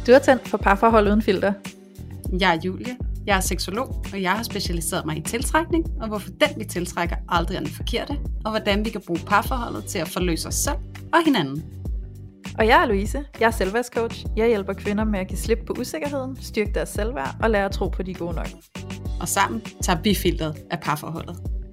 Du er tændt for parforhold uden filter. Jeg er Julie, jeg er seksolog, og jeg har specialiseret mig i tiltrækning, og hvorfor den vi tiltrækker aldrig er den forkerte, og hvordan vi kan bruge parforholdet til at forløse os selv og hinanden. Og jeg er Louise, jeg er selvværdscoach. Jeg hjælper kvinder med at give slip på usikkerheden, styrke deres selvværd og lære at tro på, de er gode nok. Og sammen tager vi filteret af parforholdet.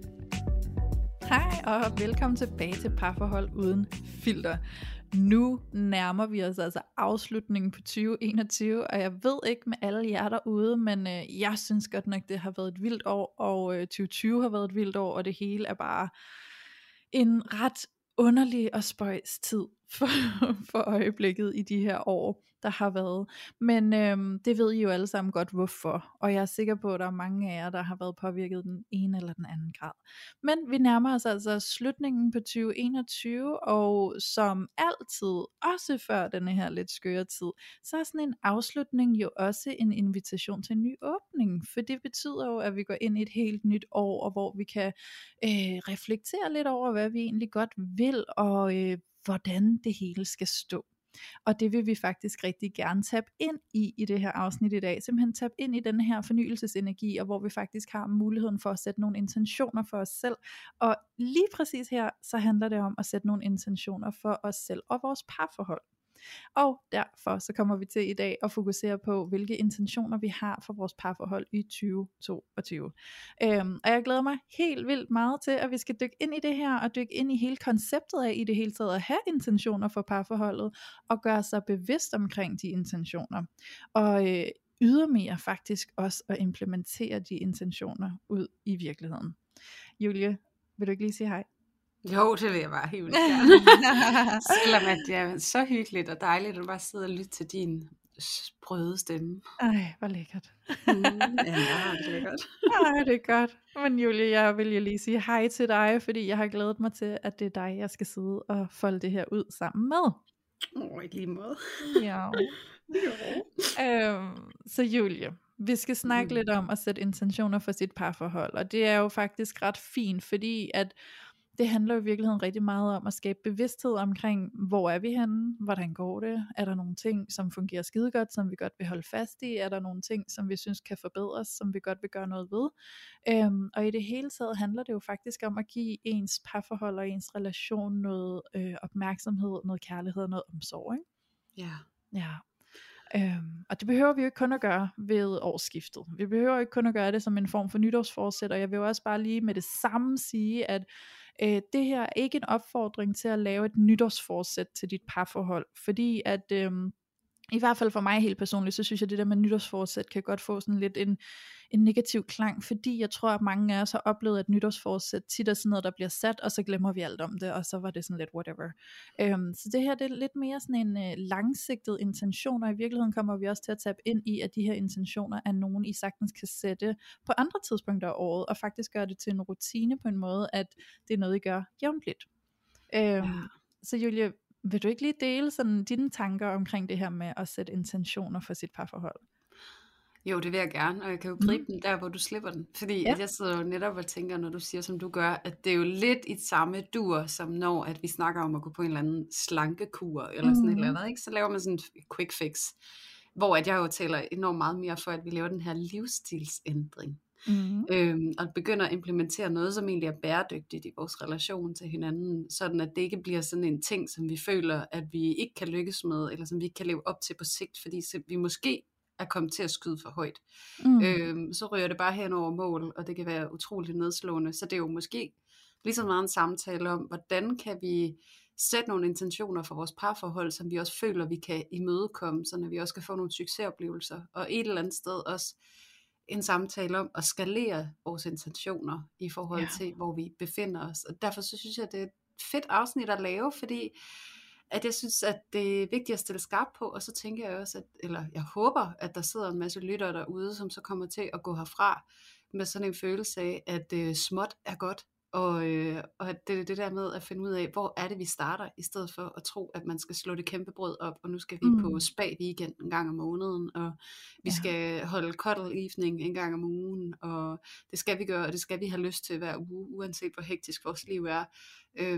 Hej og velkommen tilbage til Parforhold uden filter. Nu nærmer vi os altså afslutningen på 2021, og jeg ved ikke med alle jer derude, men jeg synes godt nok, det har været et vildt år, og 2020 har været et vildt år, og det hele er bare en ret underlig og spøjs tid for øjeblikket i de her år, der har været. Men det ved I jo alle sammen godt hvorfor, og jeg er sikker på, at der er mange af jer, der har været påvirket den ene eller den anden grad. Men vi nærmer os altså slutningen på 2021, og som altid, også før denne her lidt skøre tid, så er sådan en afslutning jo også en invitation til en ny åbning, for det betyder jo, at vi går ind i et helt nyt år, og hvor vi kan reflektere lidt over, hvad vi egentlig godt vil, og hvordan det hele skal stå. Og det vil vi faktisk rigtig gerne tabe ind i det her afsnit i dag. Simpelthen tabe ind i den her fornyelsesenergi, og hvor vi faktisk har muligheden for at sætte nogle intentioner for os selv. Og lige præcis her, så handler det om at sætte nogle intentioner for os selv og vores parforhold. Og derfor så kommer vi til i dag at fokusere på, hvilke intentioner vi har for vores parforhold i 2022. Og jeg glæder mig helt vildt meget til, at vi skal dykke ind i det her, og dykke ind i hele konceptet af i det hele taget at have intentioner for parforholdet, og gøre sig bevidst omkring de intentioner. Og ydermere faktisk også at implementere de intentioner ud i virkeligheden. Julie, vil du ikke lige sige hej? Jo, det vil jeg bare helt gerne. Selvom at det er så hyggeligt og dejligt at bare sidde og lytte til din sprøde stemme. Ej, hvor lækkert. Ja, det er lækkert. Ej, det er godt. Men Julie, jeg vil jo lige sige hej til dig, fordi jeg har glædet mig til, at det er dig, jeg skal sidde og folde det her ud sammen med. I lige måde. Ja. Så Julie, vi skal snakke lidt om at sætte intentioner for sit parforhold, og det er jo faktisk ret fint, fordi at det handler jo i virkeligheden rigtig meget om at skabe bevidsthed omkring, hvor er vi henne, hvordan går det, er der nogle ting, som fungerer skide godt, som vi godt vil holde fast i, er der nogle ting, som vi synes kan forbedres, som vi godt vil gøre noget ved, og i det hele taget handler det jo faktisk om at give ens parforhold og ens relation noget opmærksomhed, noget kærlighed og noget omsorg, ikke? Ja. Og det behøver vi jo ikke kun at gøre ved årsskiftet. Vi behøver ikke kun at gøre det som en form for nytårsforsæt, og jeg vil jo også bare lige med det samme sige, at det her er ikke en opfordring til at lave et nytårsforsæt til dit parforhold, fordi at i hvert fald for mig helt personligt, så synes jeg, at det der med nytårsforsæt kan godt få sådan lidt en negativ klang, fordi jeg tror, at mange af os har oplevet, at nytårsforsæt tit er sådan noget, der bliver sat, og så glemmer vi alt om det, og så var det sådan lidt whatever. Så det her, det er lidt mere sådan en langsigtet intention, og i virkeligheden kommer vi også til at tabe ind i, at de her intentioner er nogen, I sagtens kan sætte på andre tidspunkter af året, og faktisk gøre det til en rutine på en måde, at det er noget, I gør jævnligt. Så Julie, vil du ikke lige dele sådan dine tanker omkring det her med at sætte intentioner for sit parforhold? Jo, det vil jeg gerne, og jeg kan jo gribe den der, hvor du slipper den. Fordi at jeg sidder jo netop og tænker, når du siger, som du gør, at det er jo lidt i samme dur, som når at vi snakker om at gå på en eller anden slankekur, eller sådan et eller andet, ikke? Så laver man sådan et quick fix, hvor at jeg jo taler enormt meget mere for, at vi laver den her livsstilsændring. Og begynder at implementere noget, som egentlig er bæredygtigt i vores relation til hinanden, sådan at det ikke bliver sådan en ting, som vi føler, at vi ikke kan lykkes med, eller som vi ikke kan leve op til på sigt, fordi vi måske er kommet til at skyde for højt. Så ryger det bare hen over mål, og det kan være utroligt nedslående. Så det er jo måske lige så meget en samtale om, hvordan kan vi sætte nogle intentioner for vores parforhold, som vi også føler, vi kan imødekomme, så vi også kan få nogle succesoplevelser, og et eller andet sted også en samtale om at skalere vores intentioner i forhold til, hvor vi befinder os. Og derfor så synes jeg, det er et fedt afsnit at lave, fordi at jeg synes, at det er vigtigt at stille skarp på, og så tænker jeg også, jeg håber, at der sidder en masse lyttere derude, som så kommer til at gå herfra med sådan en følelse af, at småt er godt, og at det er det der med at finde ud af, hvor er det vi starter, i stedet for at tro, at man skal slå det kæmpe brød op, og nu skal vi på spa-weekend en gang om måneden, og vi skal holde cuddle evening en gang om ugen, og det skal vi gøre, og det skal vi have lyst til hver uge, uanset hvor hektisk vores liv er.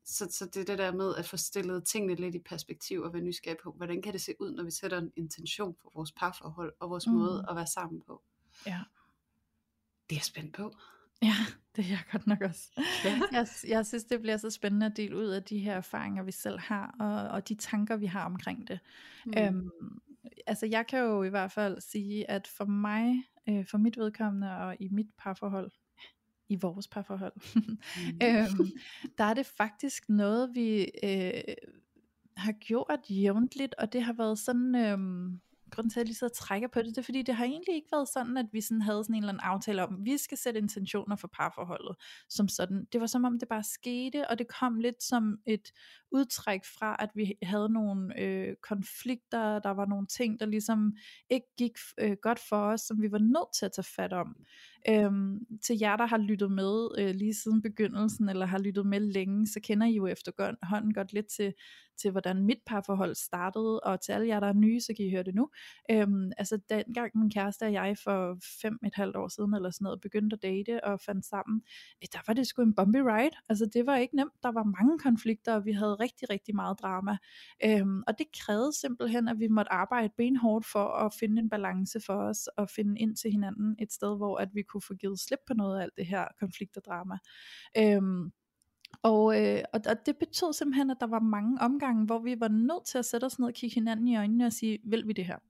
Så det er det der med at få stillet tingene lidt i perspektiv og være nysgerrig på, hvordan kan det se ud, når vi sætter en intention for vores parforhold og vores måde at være sammen på. Ja. Det er jeg spændt på. Ja, det er jeg godt nok også. Ja. Jeg synes, det bliver så spændende at dele ud af de her erfaringer, vi selv har, og de tanker, vi har omkring det. Altså jeg kan jo i hvert fald sige, at for mig, for mit vedkommende og i mit parforhold, i vores parforhold, der er det faktisk noget, vi har gjort jævntligt, og det har været sådan... Grunden til at jeg lige sidder og trækker på det er fordi det har egentlig ikke været sådan, at vi sådan havde sådan en eller anden aftale om, vi skal sætte intentioner for parforholdet som sådan. Det var som om det bare skete, og det kom lidt som et udtræk fra, at vi havde nogle konflikter, der var nogle ting, der ligesom ikke gik godt for os, som vi var nødt til at tage fat om. Til jer, der har lyttet med lige siden begyndelsen, eller har lyttet med længe, så kender I jo efterhånden godt lidt til hvordan mit parforhold startede, og til alle jer, der er nye, så kan I høre det nu. Altså dengang min kæreste og jeg for 5,5 år siden, eller sådan noget, begyndte at date og fandt sammen, der var det sgu en bumpy ride. Altså det var ikke nemt, der var mange konflikter, og vi havde rigtig, rigtig meget drama. Og det krævede simpelthen, at vi måtte arbejde benhårdt for at finde en balance for os, og finde ind til hinanden et sted, hvor at vi kunne få givet slip på noget af alt det her konflikt og drama. Og det betød simpelthen, at der var mange omgange, hvor vi var nødt til at sætte os ned og kigge hinanden i øjnene og sige, vil vi det her?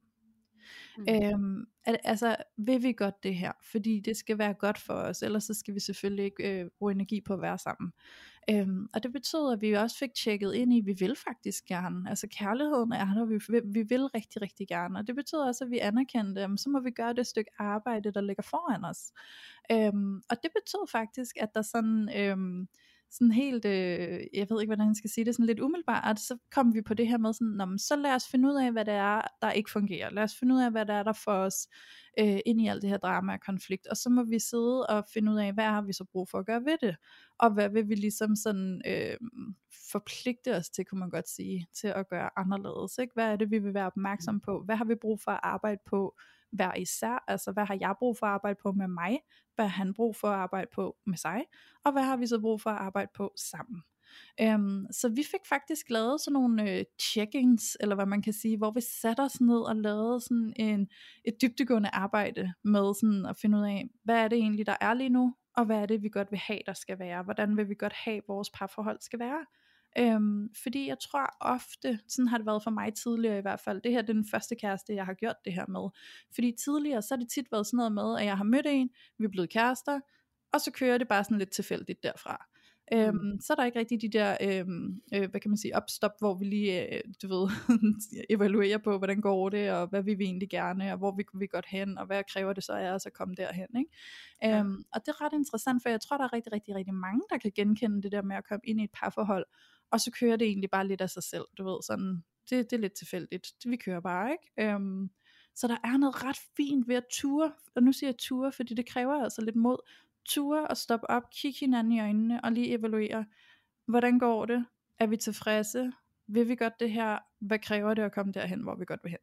Altså, vil vi godt det her? Fordi det skal være godt for os, ellers så skal vi selvfølgelig ikke bruge energi på at være sammen. Og det betød, at vi også fik tjekket ind i, vi vil faktisk gerne, altså kærligheden er der, vi vil rigtig, rigtig gerne, og det betød også, at vi anerkendte, så må vi gøre det stykke arbejde, der ligger foran os. Og det betød faktisk, at der sådan helt, jeg ved ikke hvordan jeg skal sige det, sådan lidt umiddelbart, så kom vi på det her med sådan, så lad os finde ud af, hvad det er, der ikke fungerer. Lad os finde ud af, hvad det er, der får os ind i alt det her drama og konflikt, og så må vi sidde og finde ud af, hvad har vi så brug for at gøre ved det, og hvad vil vi ligesom sådan forpligte os til, kunne man godt sige, til at gøre anderledes, ikke? Hvad er det, vi vil være opmærksom på? Hvad har vi brug for at arbejde på hver især? Altså hvad har jeg brug for at arbejde på med mig? Hvad har han brug for at arbejde på med sig? Og hvad har vi så brug for at arbejde på sammen? Så vi fik faktisk lavet sådan nogle check-ins, eller hvad man kan sige, hvor vi satte os ned og lavede sådan et dybdegående arbejde med sådan at finde ud af, hvad er det egentlig, der er lige nu, og hvad er det, vi godt vil have, der skal være? Hvordan vil vi godt have, vores parforhold skal være? Fordi jeg tror ofte, sådan har det været for mig tidligere i hvert fald, det her det er den første kæreste, jeg har gjort det her med. Fordi tidligere, så har det tit været sådan noget med, at jeg har mødt en, vi er blevet kærester, og så kører det bare sådan lidt tilfældigt derfra. Så er der ikke rigtig de der, hvad kan man sige, opstop, hvor vi lige, du ved, evaluerer på, hvordan går det, og hvad vil vi egentlig gerne, og hvor vil vi godt hen, og hvad kræver det så af os at komme derhen, ikke? Og det er ret interessant, for jeg tror, der er rigtig, rigtig, rigtig mange, der kan genkende det der med at komme ind i et parforhold, og så kører det egentlig bare lidt af sig selv, du ved, sådan, det er lidt tilfældigt, vi kører bare, ikke? Så der er noget ret fint ved at ture, og nu siger jeg ture, fordi det kræver altså lidt mod, ture og stoppe op, kigge hinanden i øjnene og lige evaluere, hvordan går det, er vi tilfredse, vil vi godt det her, hvad kræver det at komme derhen, hvor vi godt vil hen.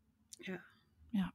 Ja.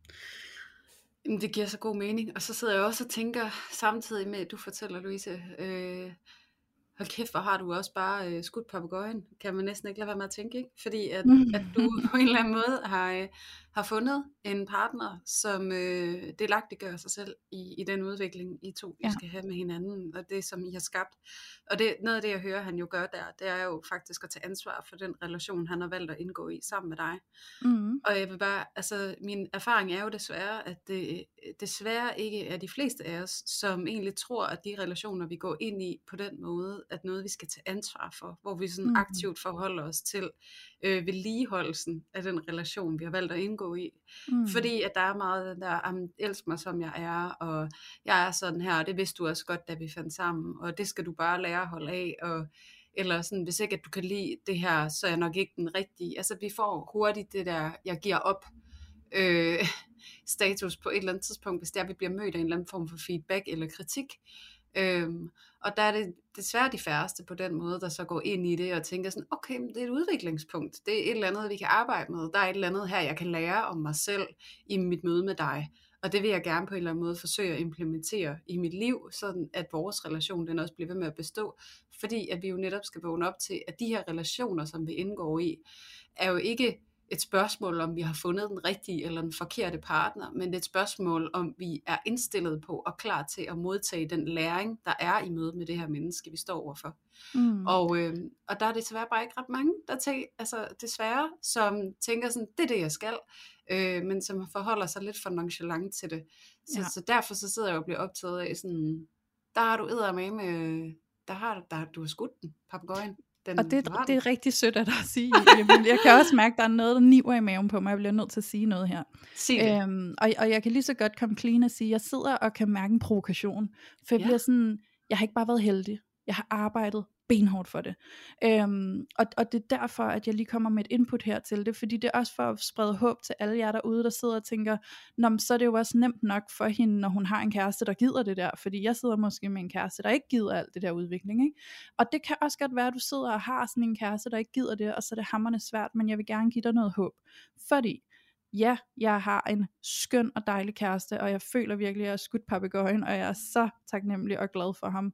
Jamen, det giver så god mening, og så sidder jeg også og tænker, samtidig med at du fortæller, Louise, hold kæft, hvor har du også bare skudt papegøjen, kan man næsten ikke lade være med at tænke, ikke? Fordi at du på en eller anden måde har fundet en partner, som delagtiggør sig selv i den udvikling, I to skal have med hinanden, og det som I har skabt. Og det, noget af det, jeg hører, han jo gør der, det er jo faktisk at tage ansvar for den relation, han har valgt at indgå i sammen med dig. Og jeg vil bare, altså min erfaring er jo desværre, at det desværre ikke er de fleste af os, som egentlig tror, at de relationer, vi går ind i på den måde, at noget, vi skal tage ansvar for, hvor vi sådan aktivt forholder os til vedligeholdelsen af den relation, vi har valgt at indgå i. Fordi at der er meget den der, elsk mig som jeg er, og jeg er sådan her, og det vidste du også godt, da vi fandt sammen, og det skal du bare lære at holde af, og eller sådan, hvis ikke at du kan lide det her, så er jeg nok ikke den rigtige. Altså vi får hurtigt det der, jeg giver op status på et eller andet tidspunkt, hvis vi bliver mødt af en eller anden form for feedback eller kritik. Og der er det desværre de færreste på den måde, der så går ind i det og tænker sådan, okay, det er et udviklingspunkt, det er et eller andet, vi kan arbejde med, der er et eller andet her, jeg kan lære om mig selv i mit møde med dig. Og det vil jeg gerne på en eller anden måde forsøge at implementere i mit liv, sådan at vores relation den også bliver ved med at bestå. Fordi at vi jo netop skal vågne op til, at de her relationer, som vi indgår i, er jo ikke et spørgsmål, om vi har fundet den rigtige eller den forkerte partner, men det er et spørgsmål, om vi er indstillet på og klar til at modtage den læring, der er i mødet med det her menneske, vi står overfor. Og der er desværre bare ikke ret mange, der desværre, som tænker sådan, det er det, jeg skal, men som forholder sig lidt for nonchalant til det. Så derfor så sidder jeg og bliver optaget af sådan, der har du eddermame, du har skudt den, papegøjen. Og det er rigtig sødt at sige. Jeg kan også mærke, at der er noget, der niver i maven på mig. Jeg bliver nødt til at sige noget her. Og jeg kan lige så godt komme clean og sige, at jeg sidder og kan mærke en provokation. For jeg bliver sådan, jeg har ikke bare været heldig. Jeg har arbejdet benhårdt for det. Og det er derfor, at jeg lige kommer med et input her til det, fordi det er også for at sprede håb til alle jer derude, der sidder og tænker, så er det jo også nemt nok for hende, når hun har en kæreste, der gider det der, fordi jeg sidder måske med en kæreste, der ikke gider alt det der udvikling, ikke? Og det kan også godt være, at du sidder og har sådan en kæreste, der ikke gider det, og så er det hamrende svært, men jeg vil gerne give dig noget håb, fordi ja, jeg har en skøn og dejlig kæreste, og jeg føler virkelig, at jeg er skudt papegøjen, og jeg er så taknemmelig og glad for ham.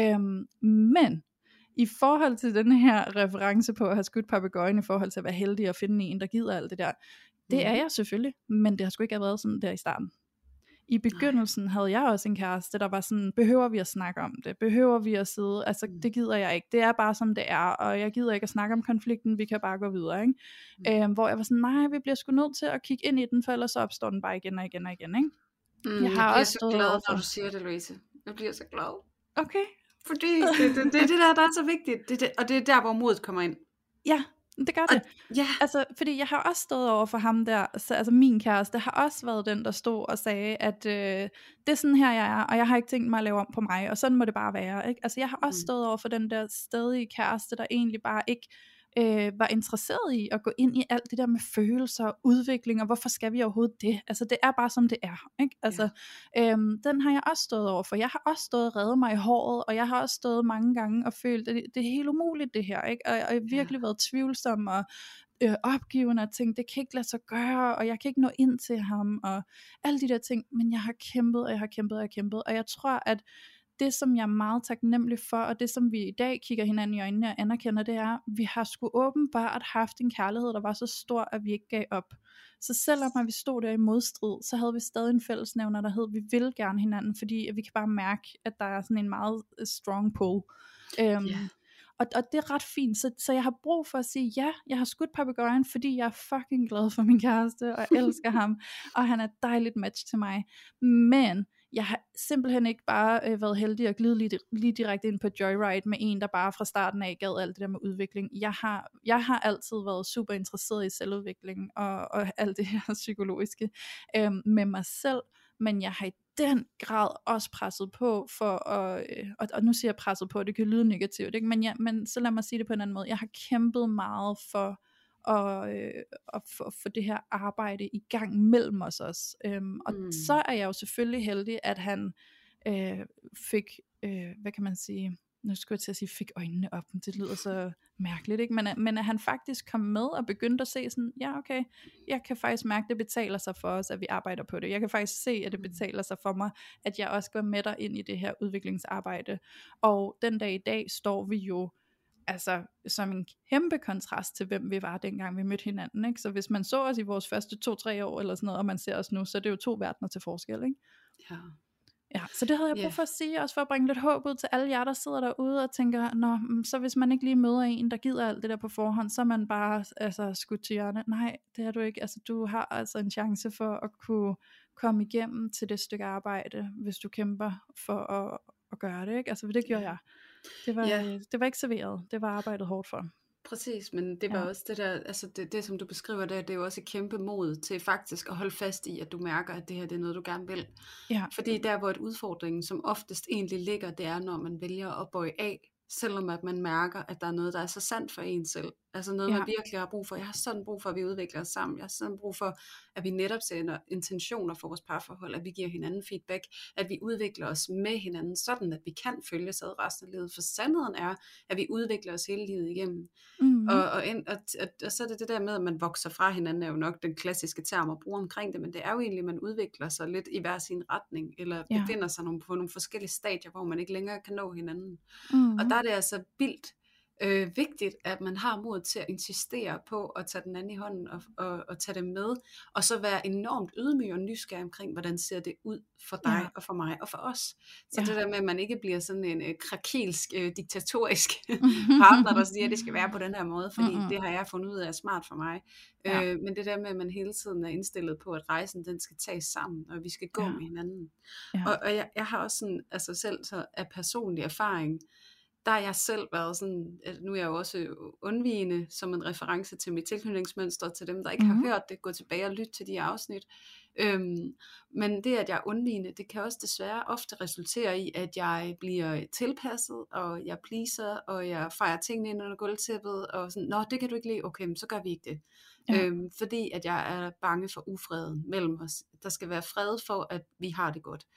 Men i forhold til den her reference på at have skudt papegøjen, i forhold til at være heldig og finde en, der gider alt det der, det er jeg selvfølgelig, men det har sgu ikke været sådan der i starten. I begyndelsen havde jeg også en kæreste, der var sådan, behøver vi at snakke om det? Behøver vi at sidde? Altså, det gider jeg ikke. Det er bare som det er, og jeg gider ikke at snakke om konflikten, vi kan bare gå videre, ikke? Hvor jeg var sådan, nej, vi bliver sgu nødt til at kigge ind i den, for ellers så opstår den bare igen og igen og igen, ikke? Jeg bliver så glad, når du siger det, Louise. Jeg bliver så glad. Okay. Fordi det er det der er så vigtigt, og det er der, hvor modet kommer ind. Ja, det gør det. Altså, fordi jeg har også stået over for ham der, altså min kæreste har også været den, der stod og sagde, at det er sådan her jeg er, og jeg har ikke tænkt mig at lave om på mig, og sådan må det bare være, ikke? Altså jeg har også stået over for den der stadige kæreste, der egentlig bare ikke var interesseret i at gå ind i alt det der med følelser og udvikling, og hvorfor skal vi overhovedet det? Altså det er bare som det er, ikke? Altså den har jeg også stået over for. Jeg har også stået og reddet mig i håret, og jeg har også stået mange gange og følt, at det er helt umuligt det her, ikke? Og jeg har virkelig været tvivlsom og opgivende og tænkt, det kan ikke lade sig gøre, og jeg kan ikke nå ind til ham, og alle de der ting, men jeg har kæmpet, og jeg har kæmpet, og jeg har kæmpet, og jeg tror, at det, som jeg er meget taknemmelig for, og det, som vi i dag kigger hinanden i øjnene og anerkender, det er, at vi har sgu åbenbart haft en kærlighed, der var så stor, at vi ikke gav op. Så selvom at vi stod der i modstrid, så havde vi stadig en fællesnævner, der hed, vi vil gerne hinanden, fordi vi kan bare mærke, at der er sådan en meget strong pull. Og det er ret fint, så jeg har brug for at sige, ja, jeg har skudt papegøjen, fordi jeg er fucking glad for min kæreste, og jeg elsker ham, og han er et dejligt match til mig. Men jeg har simpelthen ikke bare været heldig at glide lige direkte ind på Joyride med en, der bare fra starten af gad alt det der med udvikling. Jeg har altid været super interesseret i selvudvikling og alt det her psykologiske med mig selv, men jeg har i den grad også presset på for at, og nu siger jeg presset på, det kan lyde negativt, ikke? Men så lad mig sige det på en anden måde. Jeg har kæmpet meget for at få det her arbejde i gang mellem os også. Og så er jeg jo selvfølgelig heldig, at han fik, hvad kan man sige, nu skulle jeg til at sige, fik øjnene op, det lyder så mærkeligt, ikke? Men at han faktisk kom med og begyndte at se sådan, ja okay, jeg kan faktisk mærke, det betaler sig for os, at vi arbejder på det. Jeg kan faktisk se, at det betaler sig for mig, at jeg også går med dig ind i det her udviklingsarbejde. Og den dag i dag står vi jo altså som en kæmpe kontrast til hvem vi var dengang vi mødte hinanden, ikke? Så hvis man så os i vores første 2-3 år eller sådan noget, og man ser os nu, så er det jo 2 verdener til forskel, ikke? Ja, så det havde jeg brug for at sige, også for at bringe lidt håb ud til alle jer, der sidder derude og tænker, så hvis man ikke lige møder en, der gider alt det der på forhånd, så er man bare skudt til hjørnet. Nej, det er du ikke. Altså du har altså en chance for at kunne komme igennem til det stykke arbejde, hvis du kæmper for at gøre det, ikke? Altså det gjorde jeg. Det var ikke serveret, det var arbejdet hårdt for. Præcis, men det var også det der, altså det som du beskriver der, det er jo også et kæmpe mod til faktisk at holde fast i, at du mærker, at det her det er noget, du gerne vil. Fordi der hvor et udfordringen som oftest egentlig ligger, det er, når man vælger at bøje af, selvom at man mærker, at der er noget, der er så sandt for en selv. Altså noget, man virkelig har brug for. Jeg har sådan brug for, at vi udvikler os sammen. Jeg har sådan brug for, at vi netop sætter intentioner for vores parforhold, at vi giver hinanden feedback, at vi udvikler os med hinanden, sådan at vi kan følges ad resten af livet. For sandheden er, at vi udvikler os hele livet igennem. Og så er det der med, at man vokser fra hinanden, er jo nok den klassiske term at bruge omkring det, men det er jo egentlig, at man udvikler sig lidt i hver sin retning, eller befinder sig på nogle forskellige stadier, hvor man ikke længere kan nå hinanden. Og der er det altså vildt vigtigt, at man har mod til at insistere på at tage den anden i hånden og tage det med, og så være enormt ydmyg og nysgerrig omkring, hvordan ser det ud for dig og for mig og for os. Så det der med, at man ikke bliver sådan en krakilsk, diktatorisk partner, der siger, at det skal være på den her måde, fordi det har jeg fundet ud af er smart for mig. Men det der med, at man hele tiden er indstillet på, at rejsen den skal tages sammen, og vi skal gå med hinanden. Og jeg har også sådan, altså selv så af personlig erfaring, der har jeg selv været sådan, nu er jeg jo også undvigende som en reference til mit tilknytningsmønster, til dem, der ikke har hørt det, gå tilbage og lytte til de afsnit. Men det, at jeg er undvigende, det kan også desværre ofte resultere i, at jeg bliver tilpasset, og jeg pleaser, og jeg fejrer tingene ind under gulvtæppet, og sådan, nå, det kan du ikke lide, okay, men så gør vi ikke det. Fordi at jeg er bange for ufreden mellem os. Der skal være fred for, at vi har det godt.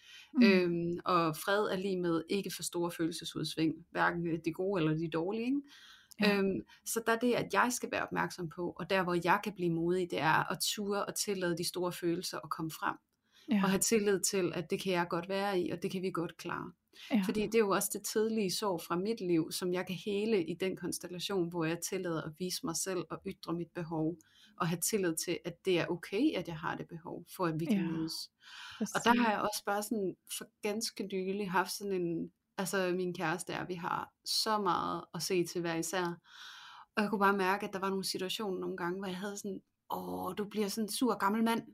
Og fred er lige med ikke for store følelsesudsving, hverken de gode eller de dårlige, ikke? Så der er det, at jeg skal være opmærksom på, og der hvor jeg kan blive modig, det er at ture og tillade de store følelser at komme frem, og have tillid til, at det kan jeg godt være i, og det kan vi godt klare. Fordi det er jo også det tidlige sorg fra mit liv, som jeg kan hele i den konstellation, hvor jeg tillader at vise mig selv og ytre mit behov, og have tillid til, at det er okay, at jeg har det behov, for at vi kan mødes. Og der har jeg også bare sådan for ganske nylig haft sådan en, altså min kæreste vi har så meget at se til hver især, og jeg kunne bare mærke, at der var nogle situationer nogle gange, hvor jeg havde sådan, du bliver sådan en sur gammel mand,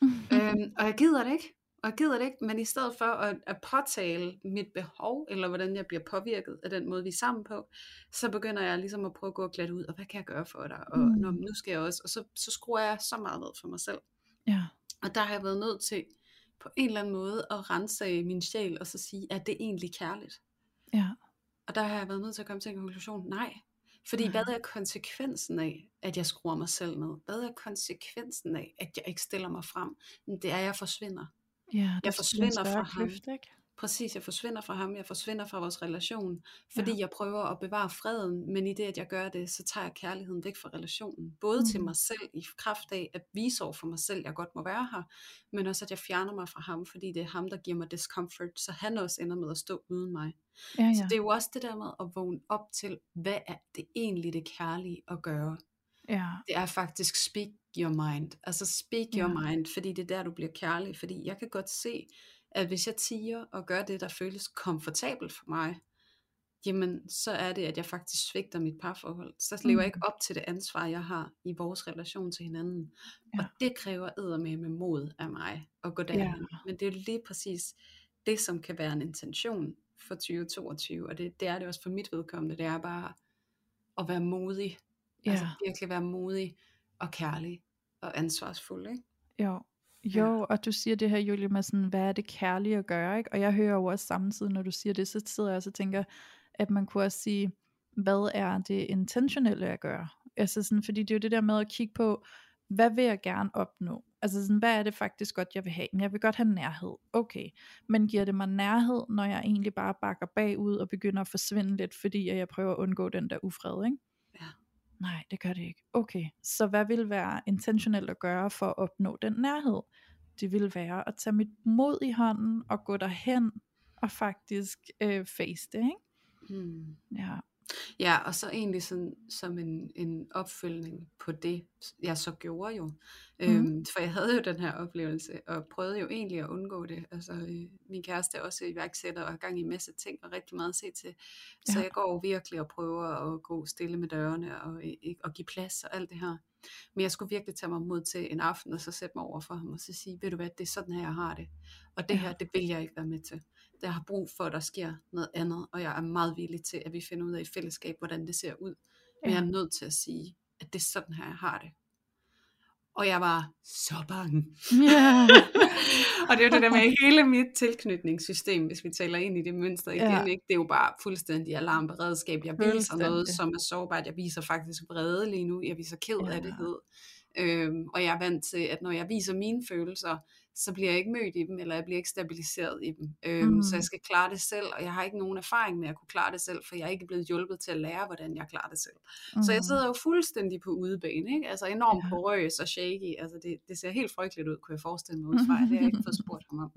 og jeg gider det ikke, men i stedet for at påtale mit behov, eller hvordan jeg bliver påvirket af den måde, vi er sammen på, så begynder jeg ligesom at prøve at gå glat ud, og hvad kan jeg gøre for dig, og nu skal jeg også, og så skruer jeg så meget ned for mig selv. Og der har jeg været nødt til, på en eller anden måde, at rense min sjæl, og så sige, er det egentlig kærligt? Og der har jeg været nødt til at komme til en konklusion, nej. Fordi hvad er konsekvensen af, at jeg skruer mig selv ned? Hvad er konsekvensen af, at jeg ikke stiller mig frem? Det er, at jeg forsvinder. Jeg forsvinder fra ham. Præcis, jeg forsvinder fra ham, jeg forsvinder fra vores relation, fordi jeg prøver at bevare freden, men i det, at jeg gør det, så tager jeg kærligheden væk fra relationen. Både til mig selv, i kraft af at vise over for mig selv, jeg godt må være her, men også at jeg fjerner mig fra ham, fordi det er ham, der giver mig discomfort, så han også ender med at stå uden mig. Så det er jo også det der med at vågne op til, hvad er det egentlig det kærlige at gøre? Det er faktisk speak your mind, altså speak your mind, fordi det er der, du bliver kærlig, fordi jeg kan godt se, at hvis jeg tiger og gør det, der føles komfortabelt for mig, jamen så er det, at jeg faktisk svigter mit parforhold. Så lever jeg ikke op til det ansvar, jeg har i vores relation til hinanden. Og det kræver eddermame mod af mig at gå derhen. Men det er lige præcis det, som kan være en intention for 2022. Og det er det også for mit vedkommende. Det er bare at være modig. Altså virkelig være modig og kærlig og ansvarsfuld, ikke? Jo, og du siger det her, Julie, med sådan, hvad er det kærlige at gøre, ikke? Og jeg hører jo også samtidig, når du siger det, så sidder jeg også og tænker, at man kunne også sige, hvad er det intentionelle at gøre? Altså sådan, fordi det er jo det der med at kigge på, hvad vil jeg gerne opnå? Altså sådan, hvad er det faktisk godt, jeg vil have? Jeg vil godt have nærhed, okay. Men giver det mig nærhed, når jeg egentlig bare bakker bagud og begynder at forsvinde lidt, fordi jeg prøver at undgå den der ufred, ikke? Nej, det gør det ikke. Okay, så hvad vil være intentionelt at gøre for at opnå den nærhed? Det vil være at tage mit mod i hånden og gå derhen og faktisk face det, ikke? Ja, og så egentlig sådan, som en opfølgning på det, jeg så gjorde jo. For jeg havde jo den her oplevelse, og prøvede jo egentlig at undgå det. Altså, min kæreste er også iværksætter og har gang i en masse ting, og rigtig meget at se til. Så jeg går virkelig og prøver at gå stille med dørene, og give plads og alt det her. Men jeg skulle virkelig tage mig mod til en aften, og så sætte mig over for ham, og så sige, ved du hvad, det er sådan her, jeg har det. Og det her, det vil jeg ikke være med til. Jeg har brug for, at der sker noget andet, og jeg er meget villig til, at vi finder ud af i fællesskab, hvordan det ser ud. Men jeg er nødt til at sige, at det er sådan her, jeg har det. Og jeg var så bange. Ja. Og det er jo det der med hele mit tilknytningssystem, hvis vi taler ind i det mønster igen, Ja. ikke? Det er jo bare fuldstændig alarmberedskab. Jeg viser noget, Fuldstændig. som er sårbart. Jeg viser faktisk vrede lige nu. Jeg viser ked af det. Og jeg er vant til, at når jeg viser mine følelser, så bliver jeg ikke mødt i dem, eller jeg bliver ikke stabiliseret i dem. Så jeg skal klare det selv, og jeg har ikke nogen erfaring med at kunne klare det selv, for jeg er ikke blevet hjulpet til at lære, hvordan jeg klarer det selv. Så jeg sidder jo fuldstændig på udebane, ikke? Altså enormt porøs og shaky. Altså det ser helt frygteligt ud, kunne jeg forestille mig udefra. Det har jeg ikke fået spurgt ham om.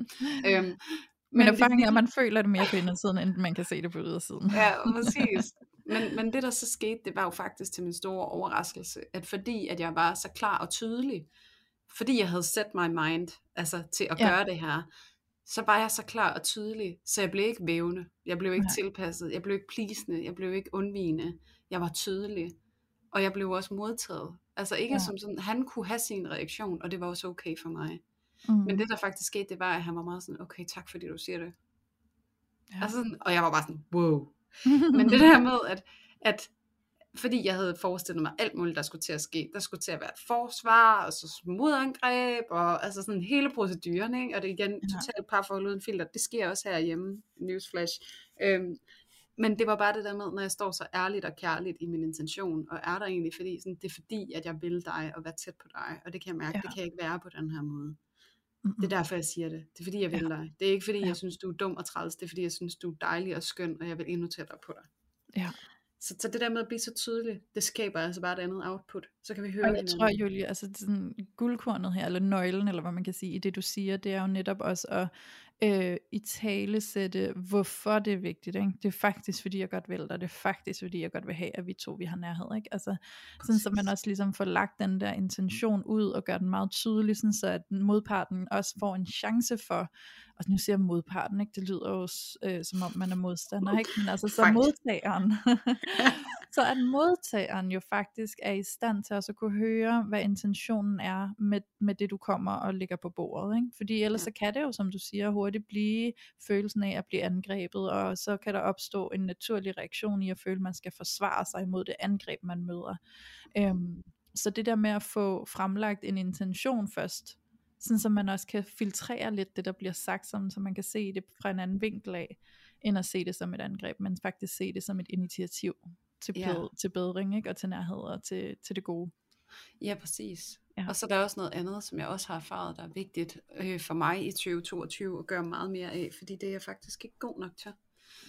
Men erfaringen er, at man føler det mere på indersiden, end man kan se det på ydersiden. Ja, præcis. Men det der så skete, det var jo faktisk til min store overraskelse, at fordi at jeg var så klar og tydelig, fordi jeg havde set my mind altså til at gøre det her, så var jeg så klar og tydelig, så jeg blev ikke vævende, jeg blev ikke tilpasset, jeg blev ikke pleasende, jeg blev ikke undvigende, jeg var tydelig, og jeg blev også modtaget. Altså ikke som sådan, han kunne have sin reaktion, og det var også okay for mig. Men det der faktisk skete, det var, at han var meget sådan, okay, tak fordi du siger det. Altså, og jeg var bare sådan, wow. Men det der med, at fordi jeg havde forestillet mig alt muligt, der skulle til at ske. Der skulle til at være et forsvar, og så modangreb, og altså sådan hele proceduren, ikke? Og det er igen totalt parforhold uden filter. Det sker også herhjemme, newsflash. Men det var bare det der med, når jeg står så ærligt og kærligt i min intention, og er der egentlig, fordi sådan, det er fordi, at jeg vil dig, og være tæt på dig, og det kan jeg mærke, det kan jeg ikke være på den her måde. Det er derfor jeg siger det. Det er fordi jeg vil dig. Det er ikke fordi jeg synes du er dum og træls. Det er fordi jeg synes du er dejlig og skøn, og jeg vil endnu tættere på dig. Ja. Så det der med at blive så tydelig, det skaber altså bare et andet output. Så kan vi høre og jeg tror, Julie, altså sådan, guldkornet her, eller nøglen, eller hvad man kan sige, i det du siger, det er jo netop også at italesætte, hvorfor det er vigtigt, ikke? Det er faktisk fordi jeg godt vil dig, det er faktisk fordi jeg godt vil have, at vi har nærhed, ikke? Altså, sådan, så man også ligesom får lagt den der intention ud, og gør den meget tydelig, sådan, så at modparten også får en chance for, og nu siger jeg modparten, ikke? Det lyder jo som om man er modstander, ikke? Men altså så modtageren så at modtageren jo faktisk er i stand til også at kunne høre, hvad intentionen er med det du kommer og lægger på bordet, ikke? Fordi ellers så kan det jo, som du siger, hurtigt blive følelsen af at blive angrebet, og så kan der opstå en naturlig reaktion i at føle, at man skal forsvare sig imod det angreb man møder. Så det der med at få fremlagt en intention først, sådan så man også kan filtrere lidt det der bliver sagt, så man kan se det fra en anden vinkel af, end at se det som et angreb, men faktisk se det som et initiativ til bedring, ikke? Og til nærhed og til det gode. Ja, præcis. Og så er der også noget andet, som jeg også har erfaret, der er vigtigt for mig i 2022 at gøre meget mere af, fordi det er jeg faktisk ikke god nok til.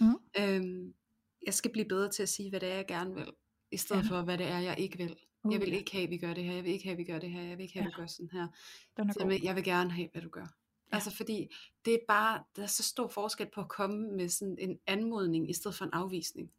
Jeg skal blive bedre til at sige, hvad det er, jeg gerne vil, i stedet for, hvad det er, jeg ikke vil. Jeg vil ikke have, at vi gør det her, jeg vil ikke have, at vi gør det her, jeg vil ikke have, at du gør sådan her. Jeg vil gerne have, hvad du gør. Altså fordi, det er bare, der er så stor forskel på at komme med sådan en anmodning, i stedet for en afvisning.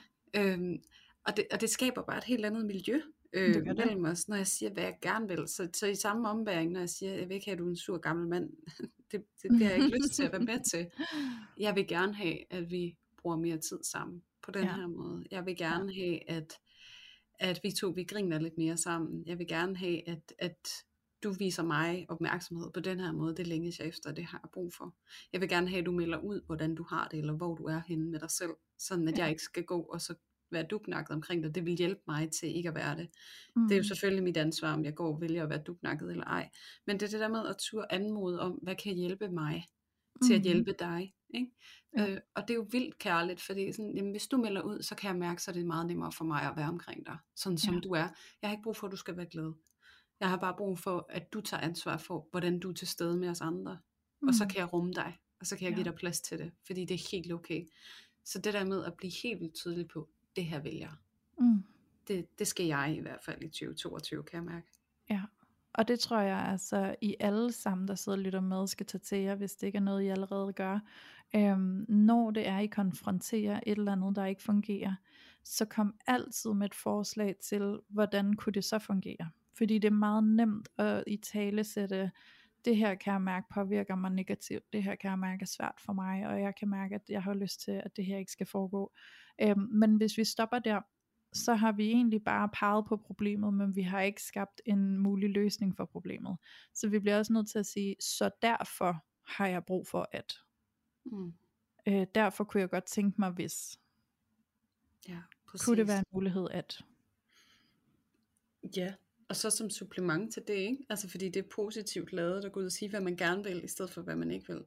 Og det skaber bare et helt andet miljø mellem os, når jeg siger, hvad jeg gerne vil. Så i samme ombæring, når jeg siger, jeg vil ikke have, at du er en sur gammel mand, det har jeg ikke lyst til at være med til. Jeg vil gerne have, at vi bruger mere tid sammen på den her måde. Jeg vil gerne have, at vi griner lidt mere sammen. Jeg vil gerne have, at du viser mig opmærksomhed på den her måde, det længes jeg efter, det har jeg brug for. Jeg vil gerne have, at du melder ud, hvordan du har det, eller hvor du er henne med dig selv, sådan at jeg ikke skal gå og så være duknakket omkring dig. Det vil hjælpe mig til ikke at være det. Det er jo selvfølgelig mit ansvar, om jeg går og vælger at være duknakket eller ej. Men det er det der med at turde anmode om, hvad kan hjælpe mig til at hjælpe dig. Ikke? Og det er jo vildt kærligt, fordi sådan, jamen, hvis du melder ud, så kan jeg mærke, så det er meget nemmere for mig at være omkring dig, sådan som du er. Jeg har ikke brug for, at du skal være glad. Jeg har bare brug for, at du tager ansvar for, hvordan du er til stede med os andre. Og så kan jeg rumme dig, og så kan jeg give dig plads til det, fordi det er helt okay. Så det der med at blive helt vildt tydelig på, det her vil jeg. Det skal jeg i hvert fald i 2022, kan jeg mærke. Ja, og det tror jeg altså, I alle sammen, der sidder og lytter med, skal tage til jer, hvis det ikke er noget, I allerede gør. Når det er, I konfronterer et eller andet, der ikke fungerer, så kom altid med et forslag til, hvordan kunne det så fungere. Fordi det er meget nemt at italesætte, det her kan jeg mærke påvirker mig negativt, det her kan jeg mærke er svært for mig, og jeg kan mærke, at jeg har lyst til, at det her ikke skal foregå. Men hvis vi stopper der, så har vi egentlig bare peget på problemet, men vi har ikke skabt en mulig løsning for problemet. Så vi bliver også nødt til at sige, så derfor har jeg brug for at. Derfor kunne jeg godt tænke mig, hvis. Ja, præcis. Kunne det være en mulighed at? Ja, Og så som supplement til det, ikke? Altså fordi det er positivt lavet at gå ud og sige, hvad man gerne vil, i stedet for hvad man ikke vil.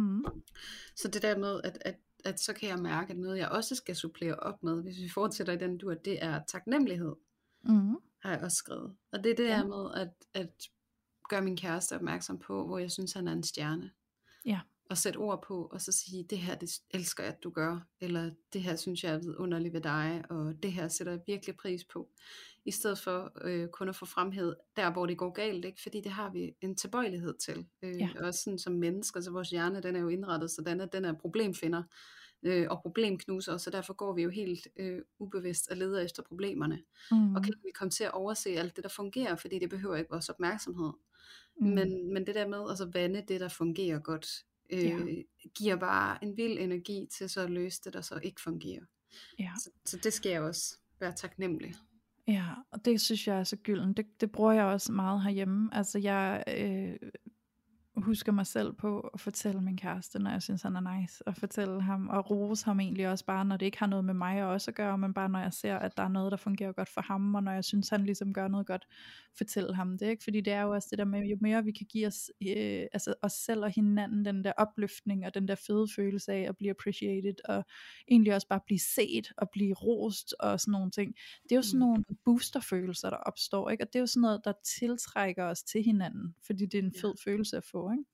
Så det der med, at så kan jeg mærke, at noget jeg også skal supplere op med, hvis vi fortsætter i den dur, det er taknemmelighed, har jeg også skrevet. Og det er det der med at gøre min kæreste opmærksom på, hvor jeg synes, han er en stjerne. Ja. Og sætte ord på, og så sige, det her, det elsker jeg, at du gør, eller det her synes jeg er vidunderligt ved dig, og det her sætter jeg virkelig pris på, i stedet for kun at få fremhævet der, hvor det går galt, ikke? Fordi det har vi en tilbøjelighed til, også sådan som mennesker, så vores hjerne, den er jo indrettet sådan, at den er problemfinder, og problemknuser, så derfor går vi jo helt ubevidst og leder efter problemerne, og kan vi komme til at overse alt det, der fungerer, fordi det behøver ikke vores opmærksomhed, men det der med at så vande det, der fungerer godt, giver bare en vild energi til så at løse det, der så ikke fungerer. Så det skal jeg også være taknemmelig. Ja, og det synes jeg er så gylden. Det bruger jeg også meget herhjemme. Altså jeg husker mig selv på at fortælle min kæreste, når jeg synes han er nice, og fortælle ham og rose ham egentlig også bare, når det ikke har noget med mig også at gøre, men bare når jeg ser, at der er noget, der fungerer godt for ham, og når jeg synes han ligesom gør noget godt, fortælle ham det, ikke? Fordi det er jo også det der med, jo mere vi kan give os, altså os selv og hinanden, den der opløftning og den der fede følelse af at blive appreciated, og egentlig også bare blive set og blive rost og sådan nogle ting. Det er jo sådan nogle boosterfølelser, der opstår, ikke? Og det er jo sådan noget, der tiltrækker os til hinanden, fordi det er en fed følelse at få, ikke?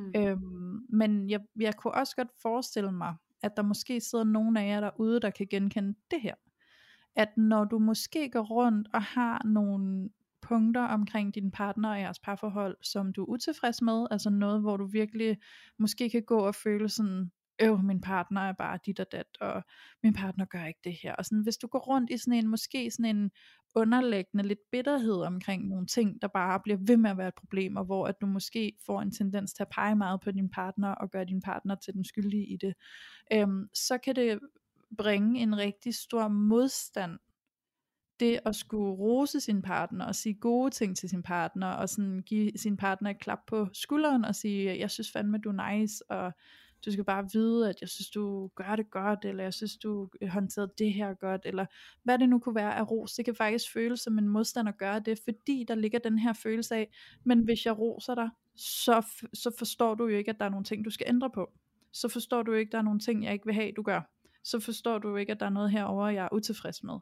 Men jeg kunne også godt forestille mig, at der måske sidder nogen af jer derude, der kan genkende det her, at når du måske går rundt og har nogle punkter omkring din partner og jeres parforhold, som du er utilfreds med, altså noget, hvor du virkelig måske kan gå og føle sådan, min partner er bare dit og dat, og min partner gør ikke det her, og sådan, hvis du går rundt i sådan en, måske sådan en underliggende lidt bitterhed omkring nogle ting, der bare bliver ved med at være et problem, og hvor at du måske får en tendens til at pege meget på din partner, og gøre din partner til den skyldige i det, så kan det bringe en rigtig stor modstand, det at skulle rose sin partner, og sige gode ting til sin partner, og sådan give sin partner et klap på skulderen, og sige, jeg synes fandme, du er nice, og du skal bare vide, at jeg synes, du gør det godt, eller jeg synes, du håndterede det her godt, eller hvad det nu kunne være af ros. Det kan faktisk føles som en modstand at gøre det, fordi der ligger den her følelse af, men hvis jeg roser dig, så forstår du jo ikke, at der er nogle ting, du skal ændre på. Så forstår du ikke, at der er nogle ting, jeg ikke vil have, du gør. Så forstår du ikke, at der er noget herovre, jeg er utilfreds med.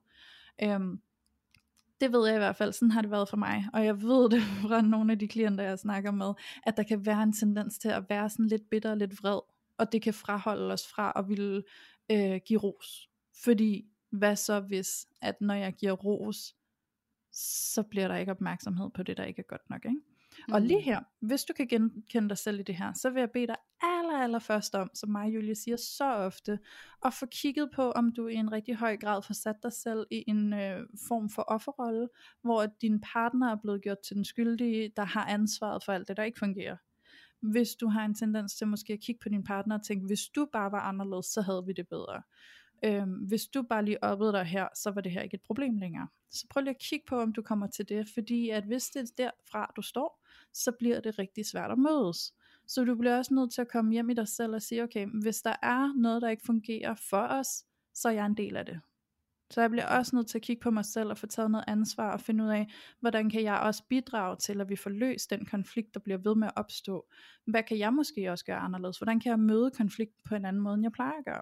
Det ved jeg i hvert fald, sådan har det været for mig, og jeg ved det fra nogle af de klienter, jeg snakker med, at der kan være en tendens til at være sådan lidt bitter og lidt vred, og det kan fraholde os fra at ville give ros, fordi hvad så hvis, at når jeg giver ros, så bliver der ikke opmærksomhed på det, der ikke er godt nok, ikke? Og lige her, hvis du kan genkende dig selv i det her, så vil jeg bede dig allerførst om, som mig og Julie siger så ofte, at få kigget på, om du i en rigtig høj grad får sat dig selv i en form for offerrolle, hvor din partner er blevet gjort til den skyldige, der har ansvaret for alt det, der ikke fungerer. Hvis du har en tendens til måske at kigge på din partner og tænke, hvis du bare var anderledes, så havde vi det bedre. Hvis du bare lige oppede dig her, så var det her ikke et problem længere. Så prøv lige at kigge på, om du kommer til det, fordi at hvis det er derfra du står, så bliver det rigtig svært at mødes. Så du bliver også nødt til at komme hjem i dig selv og sige, okay, hvis der er noget, der ikke fungerer for os, så er jeg en del af det. Så jeg bliver også nødt til at kigge på mig selv og få taget noget ansvar og finde ud af, hvordan kan jeg også bidrage til, at vi får løst den konflikt, der bliver ved med at opstå. Hvad kan jeg måske også gøre anderledes? Hvordan kan jeg møde konflikten på en anden måde, end jeg plejer at gøre?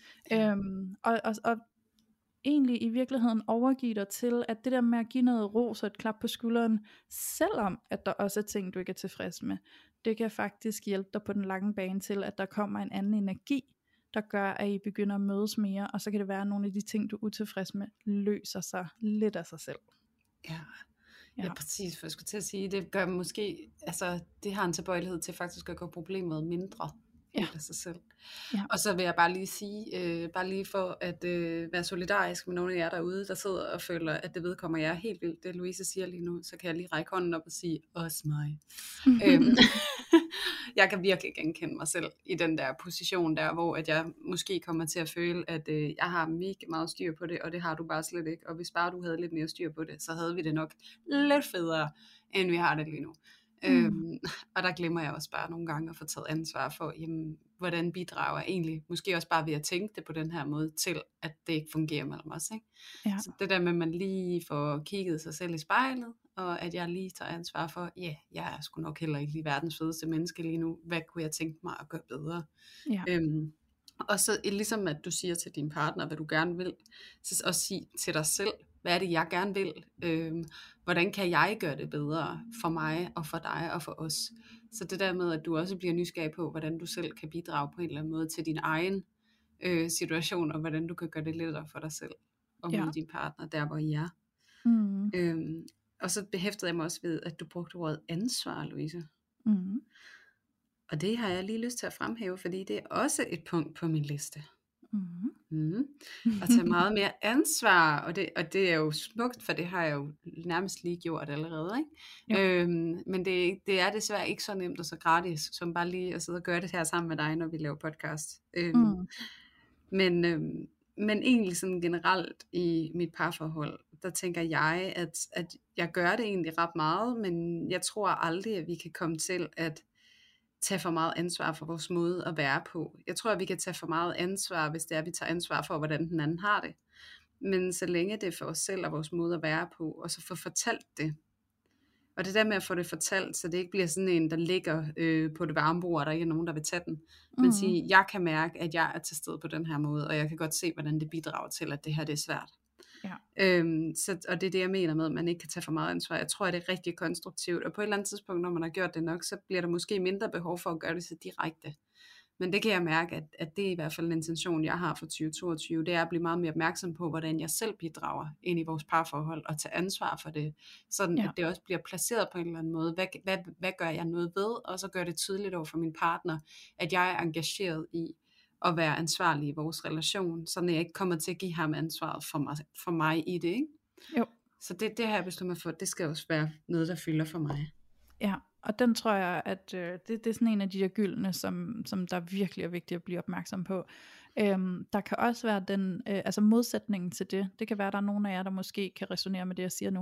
Og egentlig i virkeligheden overgive dig til, at det der med at give noget ros og et klap på skulderen, selvom at der også er ting, du ikke er tilfreds med, det kan faktisk hjælpe dig på den lange bane til, at der kommer en anden energi, der gør, at I begynder at mødes mere, og så kan det være, at nogle af de ting, du er utilfreds med, løser sig lidt af sig selv. Ja, præcis, for jeg skulle til at sige, det gør måske, altså det har en tilbøjelighed til faktisk at gøre problemet mindre af sig selv. Ja. Og så vil jeg bare lige sige, bare lige for at være solidarisk med nogle af jer derude, der sidder og føler, at det vedkommer jer helt vildt, det Louise siger lige nu, så kan jeg lige række hånden op og sige, også mig. Jeg kan virkelig genkende mig selv i den der position der, hvor at jeg måske kommer til at føle, at jeg har mega meget styr på det, og det har du bare slet ikke, og hvis bare du havde lidt mere styr på det, så havde vi det nok lidt federe, end vi har det lige nu. Og der glemmer jeg også bare nogle gange at få taget ansvar for, jamen, hvordan bidrager egentlig, måske også bare ved at tænke det på den her måde, til at det ikke fungerer mellem os, ikke? Ja. Så det der med, at man lige får kigget sig selv i spejlet, og at jeg lige tager ansvar for, jeg er sgu nok heller ikke lige verdens fedeste menneske lige nu, hvad kunne jeg tænke mig at gøre bedre? Ja. Og så ligesom at du siger til din partner, hvad du gerne vil, så også sige til dig selv, hvad er det jeg gerne vil? Hvordan kan jeg gøre det bedre for mig og for dig og for os? Så det der med, at du også bliver nysgerrig på, hvordan du selv kan bidrage på en eller anden måde til din egen situation, og hvordan du kan gøre det lettere for dig selv og med din partner, der hvor I er. Og så behæftede jeg mig også ved, at du brugte ordet ansvar, Louise. Og det har jeg lige lyst til at fremhæve, fordi det er også et punkt på min liste. At tage meget mere ansvar, og det er jo smukt, for det har jeg jo nærmest lige gjort allerede, ikke? Men det er desværre ikke så nemt og så gratis, som bare lige at sidde og gøre det her sammen med dig, når vi laver podcast. Men egentlig sådan generelt i mit parforhold, der tænker jeg, at jeg gør det egentlig ret meget, men jeg tror aldrig, at vi kan komme til at tage for meget ansvar for vores måde at være på. Jeg tror, at vi kan tage for meget ansvar, hvis det er, at vi tager ansvar for, hvordan den anden har det. Men så længe det er for os selv og vores måde at være på, og så få fortalt det. Og det der med at få det fortalt, så det ikke bliver sådan en, der ligger på det varme bord, og der ikke er nogen, der vil tage den. Men sige, jeg kan mærke, at jeg er til stede på den her måde, og jeg kan godt se, hvordan det bidrager til, at det her det er svært. Og det er det, jeg mener med, at man ikke kan tage for meget ansvar. Jeg tror, at det er rigtig konstruktivt, og på et eller andet tidspunkt, når man har gjort det nok, så bliver der måske mindre behov for at gøre det så direkte. Men det kan jeg mærke, at det er i hvert fald en intention, jeg har for 2022, det er at blive meget mere opmærksom på, hvordan jeg selv bidrager ind i vores parforhold, og tage ansvar for det, sådan at det også bliver placeret på en eller anden måde. Hvad gør jeg noget ved, og så gør det tydeligt over for min partner, at jeg er engageret i at være ansvarlig i vores relation, så jeg ikke kommer til at give ham ansvaret for mig i det, ikke? Jo. Så det har jeg besluttet mig for, det skal også være noget, der fylder for mig. Ja, og den tror jeg, at det er sådan en af de der gyldne, som der virkelig er vigtigt at blive opmærksom på. Der kan også være den, altså modsætningen til det. Det kan være, at der er nogen af jer, der måske kan resonere med det, jeg siger nu.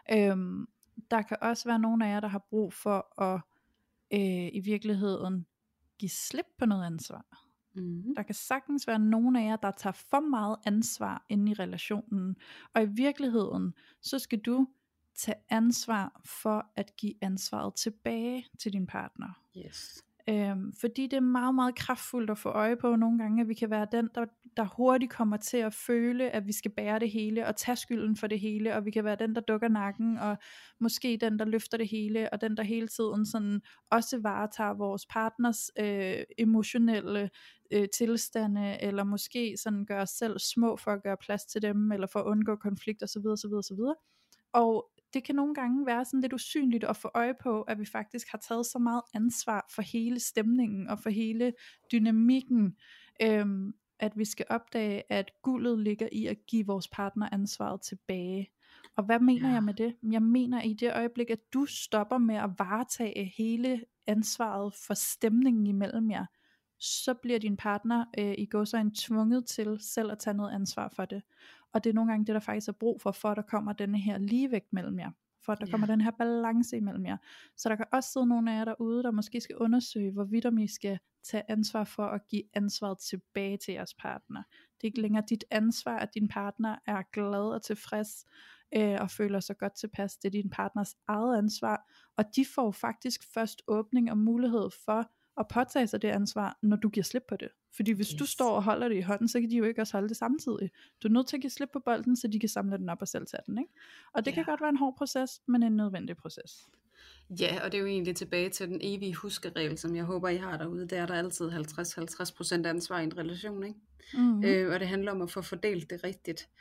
Der kan også være nogen af jer, der har brug for at i virkeligheden give slip på noget ansvar. Der kan sagtens være nogen af jer, der tager for meget ansvar inde i relationen. Og i virkeligheden, så skal du tage ansvar for at give ansvaret tilbage til din partner. Yes. Fordi det er meget, meget kraftfuldt at få øje på nogle gange, at vi kan være den, der hurtigt kommer til at føle, at vi skal bære det hele, og tage skylden for det hele, og vi kan være den, der dukker nakken, og måske den, der løfter det hele, og den, der hele tiden sådan også varetager vores partners emotionelle tilstande, eller måske sådan gør os selv små for at gøre plads til dem, eller for at undgå konflikt osv. osv. Og det kan nogle gange være sådan lidt usynligt at få øje på, at vi faktisk har taget så meget ansvar for hele stemningen og for hele dynamikken, at vi skal opdage, at guldet ligger i at give vores partner ansvaret tilbage. Og hvad mener jeg med det? Jeg mener i det øjeblik, at du stopper med at varetage hele ansvaret for stemningen imellem jer, så bliver din partner i gåseøjne tvunget til selv at tage noget ansvar for det. Og det er nogle gange det, der faktisk er brug for at der kommer denne her ligevægt mellem jer. For at der kommer den her balance imellem jer. Så der kan også sidde nogle af jer derude, der måske skal undersøge, hvorvidt om I skal tage ansvar for at give ansvaret tilbage til jeres partner. Det er ikke længere dit ansvar, at din partner er glad og tilfreds, og føler sig godt tilpas. Det er din partners eget ansvar. Og de får faktisk først åbning og mulighed for at påtage sig det ansvar, når du giver slip på det. Fordi hvis du står og holder det i hånden, så kan de jo ikke også holde det samtidig. Du er nødt til at give slip på bolden, så de kan samle den op og selv tage den, ikke? Og det kan godt være en hård proces, men en nødvendig proces. Ja, og det er jo egentlig tilbage til den evige huskeregel, som jeg håber, I har derude. Det er der altid 50% ansvar i en relation, ikke? Og det handler om at få fordelt det rigtigt.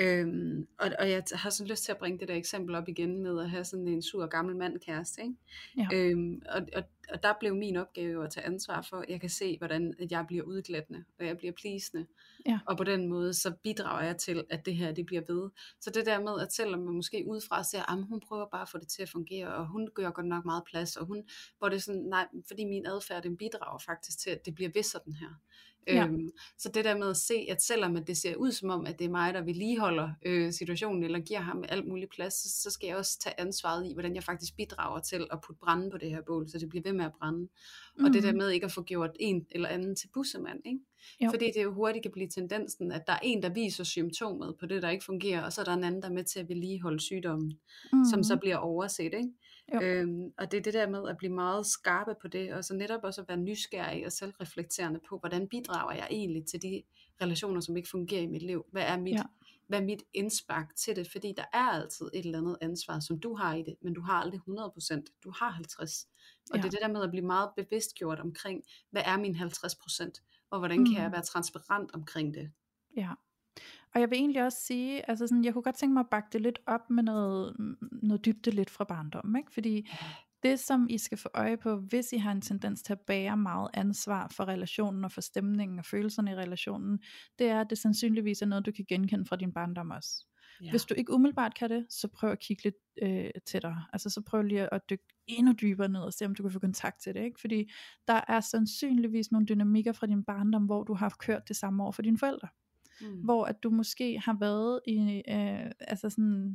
Og jeg har sådan lyst til at bringe det der eksempel op igen med at have sådan en sur gammel mand kæreste, ikke? Ja. Og der blev min opgave at tage ansvar for, jeg kan se, hvordan jeg bliver udglættende, og jeg bliver pleasende. Ja. Og på den måde, så bidrager jeg til, at det her, det bliver ved. Så det der med, at selvom man måske udefra ser, at hun prøver bare at få det til at fungere, og hun gør godt nok meget plads, og hvor det er sådan, nej, fordi min adfærd, den bidrager faktisk til, at det bliver ved sådan her. Ja. Så det der med at se, at selvom at det ser ud som om, at det er mig, der vedligeholder situationen, eller giver ham alt muligt plads, så skal jeg også tage ansvaret i, hvordan jeg faktisk bidrager til at putte brænde på det her bål, så det bliver ved med at brænde. Og det der med ikke at få gjort en eller anden til bussemand, ikke? Fordi det jo hurtigt kan blive tendensen, at der er en, der viser symptomet på det, der ikke fungerer, og så er der en anden, der er med til at vedligeholde sygdommen, som så bliver overset, ikke? Og det er det der med at blive meget skarpe på det, og så netop også at være nysgerrig og selvreflekterende på, hvordan bidrager jeg egentlig til de relationer, som ikke fungerer i mit liv? Hvad er mit indspark til det? Fordi der er altid et eller andet ansvar, som du har i det, men du har aldrig 100%, du har 50%. Og det er det der med at blive meget bevidstgjort omkring, hvad er min 50%, og hvordan kan jeg være transparent omkring det? Ja. Og jeg vil egentlig også sige, altså sådan, jeg kunne godt tænke mig at bakke det lidt op med noget dybde lidt fra barndommen, ikke? Fordi det, som I skal få øje på, hvis I har en tendens til at bære meget ansvar for relationen og for stemningen og følelserne i relationen, det er, at det sandsynligvis er noget, du kan genkende fra din barndom også. Hvis du ikke umiddelbart kan det, så prøv at kigge lidt tættere. Altså så prøv lige at dykke endnu dybere ned og se, om du kan få kontakt til det, ikke? Fordi der er sandsynligvis nogle dynamikker fra din barndom, hvor du har kørt det samme over for dine forældre. Hvor at du måske har været i altså sådan,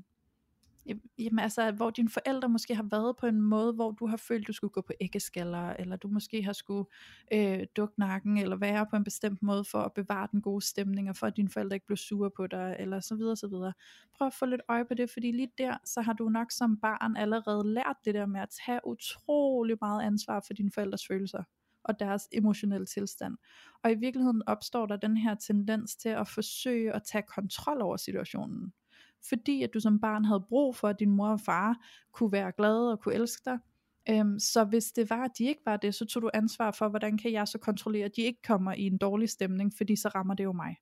jamen altså, hvor dine forældre måske har været på en måde, hvor du har følt, du skulle gå på æggeskaller, eller du måske har skulle dukke nakken, eller være på en bestemt måde for at bevare den gode stemning, og for at dine forældre ikke blev sure på dig, eller så videre, så videre. Prøv at få lidt øje på det, fordi lige der, så har du nok som barn allerede lært det der med at tage utrolig meget ansvar for dine forældres følelser og deres emotionelle tilstand. Og i virkeligheden opstår der den her tendens til at forsøge at tage kontrol over situationen. Fordi at du som barn havde brug for, at din mor og far kunne være glade og kunne elske dig. Så hvis det var, at de ikke var det, så tog du ansvar for, hvordan kan jeg så kontrollere, at de ikke kommer i en dårlig stemning, fordi så rammer det jo mig.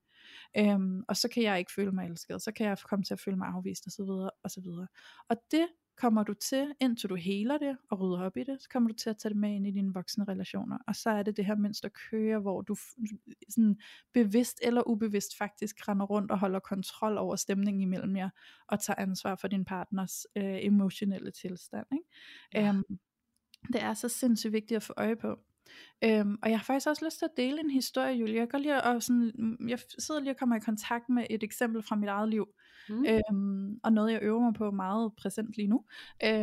Og så kan jeg ikke føle mig elsket, så kan jeg komme til at føle mig afvist osv. osv. Og det kommer du til, indtil du heler det og rydder op i det, så kommer du til at tage det med ind i dine voksne relationer. Og så er det det her mønster kører, hvor du sådan bevidst eller ubevidst faktisk render rundt og holder kontrol over stemningen imellem jer, og tager ansvar for din partners emotionelle tilstand, ikke? Det er så sindssygt vigtigt at få øje på. Og jeg har faktisk også lyst til at dele en historie, Julie. Jeg går lige og sådan, jeg sidder lige og kommer i kontakt med et eksempel fra mit eget liv, og noget jeg øver mig på meget præsent lige nu.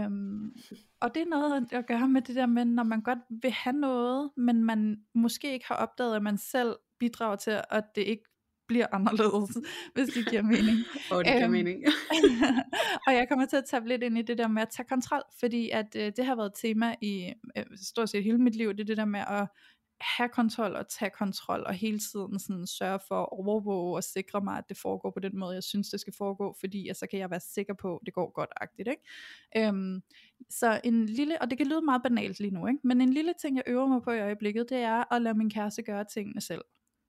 Og det er noget at gøre med det der med, når man godt vil have noget, men man måske ikke har opdaget, at man selv bidrager til, at det ikke bliver anderledes, hvis det giver mening. Det giver mening. Og jeg kommer til at tage lidt ind i det der med at tage kontrol, fordi at det har været et tema i stort set hele mit liv, det er det der med at have kontrol og tage kontrol, og hele tiden sådan sørge for at overvåge og sikre mig, at det foregår på den måde, jeg synes, det skal foregå, fordi så kan jeg være sikker på, at det går godt-agtigt, ikke? Så en lille, og det kan lyde meget banalt lige nu, ikke? Men en lille ting, jeg øver mig på i øjeblikket, det er at lade min kæreste gøre tingene selv.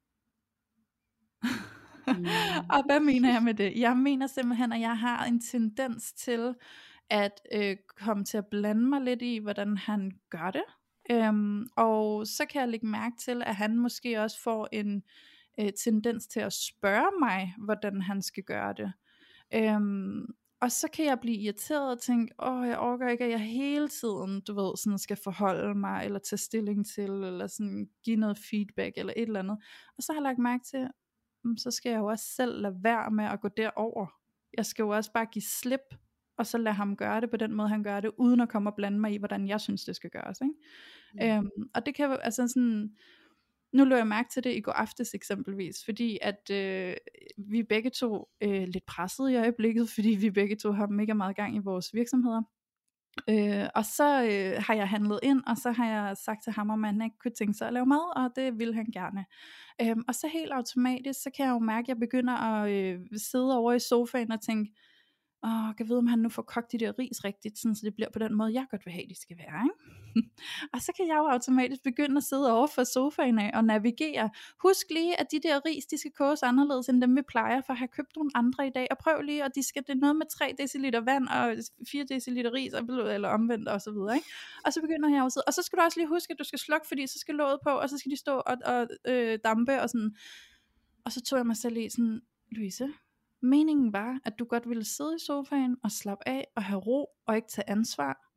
Og hvad mener jeg med det? Jeg mener simpelthen, at jeg har en tendens til at komme til at blande mig lidt i, hvordan han gør det. Og så kan jeg lægge mærke til, at han måske også får en tendens til at spørge mig, hvordan han skal gøre det. Og så kan jeg blive irriteret og tænke, jeg orker ikke, at jeg hele tiden, du ved, sådan skal forholde mig, eller tage stilling til, eller sådan give noget feedback, eller et eller andet. Og så har jeg lagt mærke til, så skal jeg jo også selv lade være med at gå derover. Jeg skal jo også bare give slip, og så lade ham gøre det på den måde, han gør det, uden at komme og blande mig i, hvordan jeg synes, det skal gøres, ikke? Og det kan jo, altså sådan, nu lå jeg mærke til det i går aftes eksempelvis, fordi at vi er begge to lidt presset i øjeblikket, fordi vi begge to har mega meget gang i vores virksomheder. Og så har jeg handlet ind, og så har jeg sagt til ham, om han ikke kunne tænke sig at lave mad, og det ville han gerne. Og så helt automatisk, så kan jeg jo mærke, at jeg begynder at sidde over i sofaen og tænke, kan jeg vide, om han nu får kogt de der ris rigtigt, sådan, så det bliver på den måde, jeg godt vil have, de skal være, ikke? Og så kan jeg jo automatisk begynde at sidde over for sofaen af og navigere. Husk lige, at de der ris, de skal koges anderledes, end dem vi plejer, for at have købt nogle andre i dag, og prøv lige, og det er noget med 3 deciliter vand, og 4 deciliter ris, eller omvendt, og så videre, ikke? Og så begynder jeg jo at sidde, og så skal du også lige huske, at du skal slukke, fordi så skal låget på, og så skal de stå og dampe, og sådan. Og så tog jeg mig selv i sådan, Louise, meningen var, at du godt ville sidde i sofaen og slappe af og have ro og ikke tage ansvar.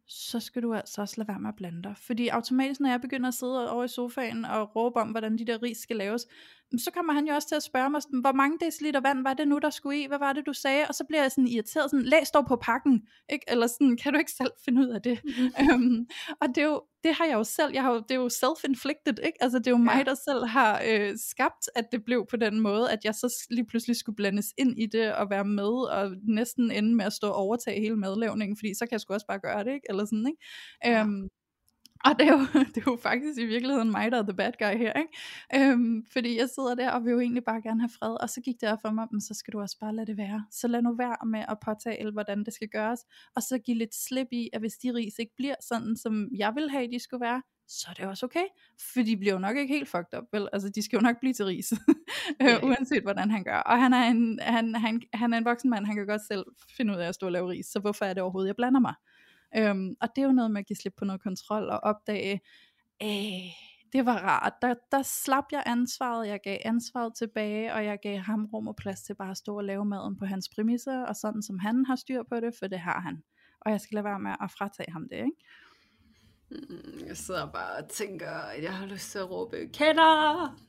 så skal du altså også lade være med at blande dig. Fordi automatisk, når jeg begynder at sidde over i sofaen og råbe om, hvordan de der ris skal laves, så kommer han jo også til at spørge mig, hvor mange deciliter vand var det nu, der skulle i? Hvad var det, du sagde? Og så bliver jeg sådan irriteret, sådan, læs dog på pakken, ikke? Eller sådan, kan du ikke selv finde ud af det? Og det har jeg jo selv, det er jo self-inflicted, ikke? Altså det er jo mig, der selv har skabt, at det blev på den måde, at jeg så lige pludselig skulle blandes ind i det, og være med, og næsten ende med at stå og overtage hele madlavningen, fordi så kan jeg sgu også bare gøre det, ikke? Eller sådan, ikke? Og det er jo faktisk i virkeligheden mig, der er the bad guy her, ikke? Fordi jeg sidder der og vil jo egentlig bare gerne have fred, og så gik det op for mig, men så skal du også bare lade det være. Så lad nu være med at påtale, hvordan det skal gøres, og så give lidt slip i, at hvis de ris ikke bliver sådan, som jeg vil have, de skulle være, så er det også okay, for de bliver jo nok ikke helt fucked up, vel? Altså de skal jo nok blive til ris, uanset hvordan han gør. Og han er en voksen mand, han kan godt selv finde ud af at stå og lave ris, så hvorfor er det overhovedet, jeg blander mig? Og det er jo noget med at give slip på noget kontrol og opdage, det var rart, der slap jeg ansvaret, jeg gav ansvaret tilbage, og jeg gav ham rum og plads til bare at stå og lave maden på hans præmisser, og sådan som han har styr på det, for det har han, og jeg skal lade være med at fratage ham det, ikke? Jeg sidder bare og tænker, at jeg har lyst til at råbe, kender!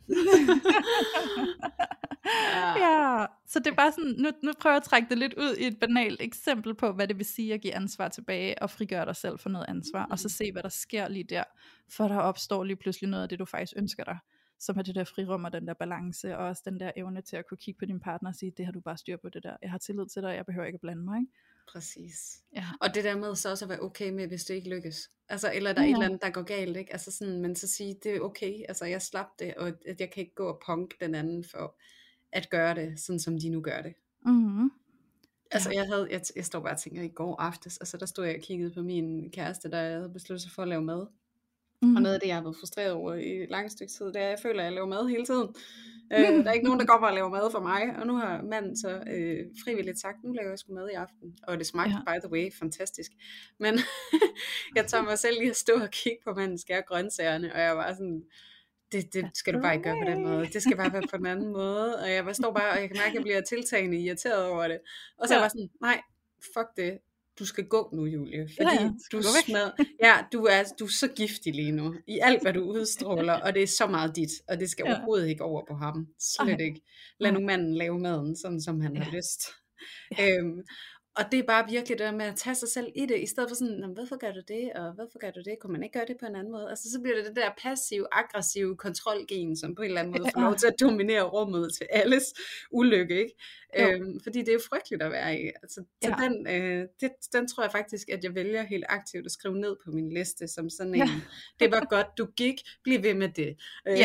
Ja, så det er bare sådan, nu prøver jeg at trække det lidt ud i et banalt eksempel på, hvad det vil sige at give ansvar tilbage, og frigøre dig selv for noget ansvar, og så se, hvad der sker lige der, for der opstår lige pludselig noget af det, du faktisk ønsker dig, som er det der frirum og den der balance, og også den der evne til at kunne kigge på din partner og sige, det har du bare styr på det der, jeg har tillid til dig, jeg behøver ikke at blande mig, ikke? Præcis. Ja. Og det der med så også at være okay med, hvis det ikke lykkes. Altså, eller der er et eller andet, der går galt, ikke? Altså sådan, men så sige, det er okay, altså jeg slap det, og at jeg kan ikke gå og punk den anden for at gøre det, sådan som de nu gør det. Altså jeg står bare og tænker, i går aftes, altså der stod jeg og kiggede på min kæreste, der havde besluttet sig for at lave mad. Og noget af det, jeg har været frustreret over i et langt stykke tid, det er, at jeg føler, at jeg laver mad hele tiden. Der er ikke nogen, der kommer og laver mad for mig, og nu har manden så frivilligt sagt, nu laver jeg sgu mad i aften, og det smagte by the way fantastisk, men jeg tager mig selv lige at stå og kigge på manden skære grøntsagerne, og jeg var sådan, det skal du bare ikke gøre på den måde, det skal bare være på den anden måde, og jeg står bare, og jeg kan mærke, at jeg bliver tiltagende irriteret over det, og så var jeg sådan, nej, fuck det, du skal gå nu, Julie, fordi du er så giftig lige nu, i alt hvad du udstråler, og det er så meget dit, og det skal overhovedet ikke over på ham, slet ikke. Lad nu manden lave maden, sådan som han har lyst. Og det er bare virkelig det der med at tage sig selv i det, i stedet for sådan, hvorfor gør du det, og hvorfor gør du det, kunne man ikke gøre det på en anden måde? Altså så bliver det der passive, aggressive kontrolgen, som på en eller anden måde får lov til at dominere rummet til alles ulykke, ikke? Fordi det er jo frygteligt at være i. Altså, den tror jeg faktisk, at jeg vælger helt aktivt at skrive ned på min liste, som sådan en, det var godt, du gik, bliv ved med det.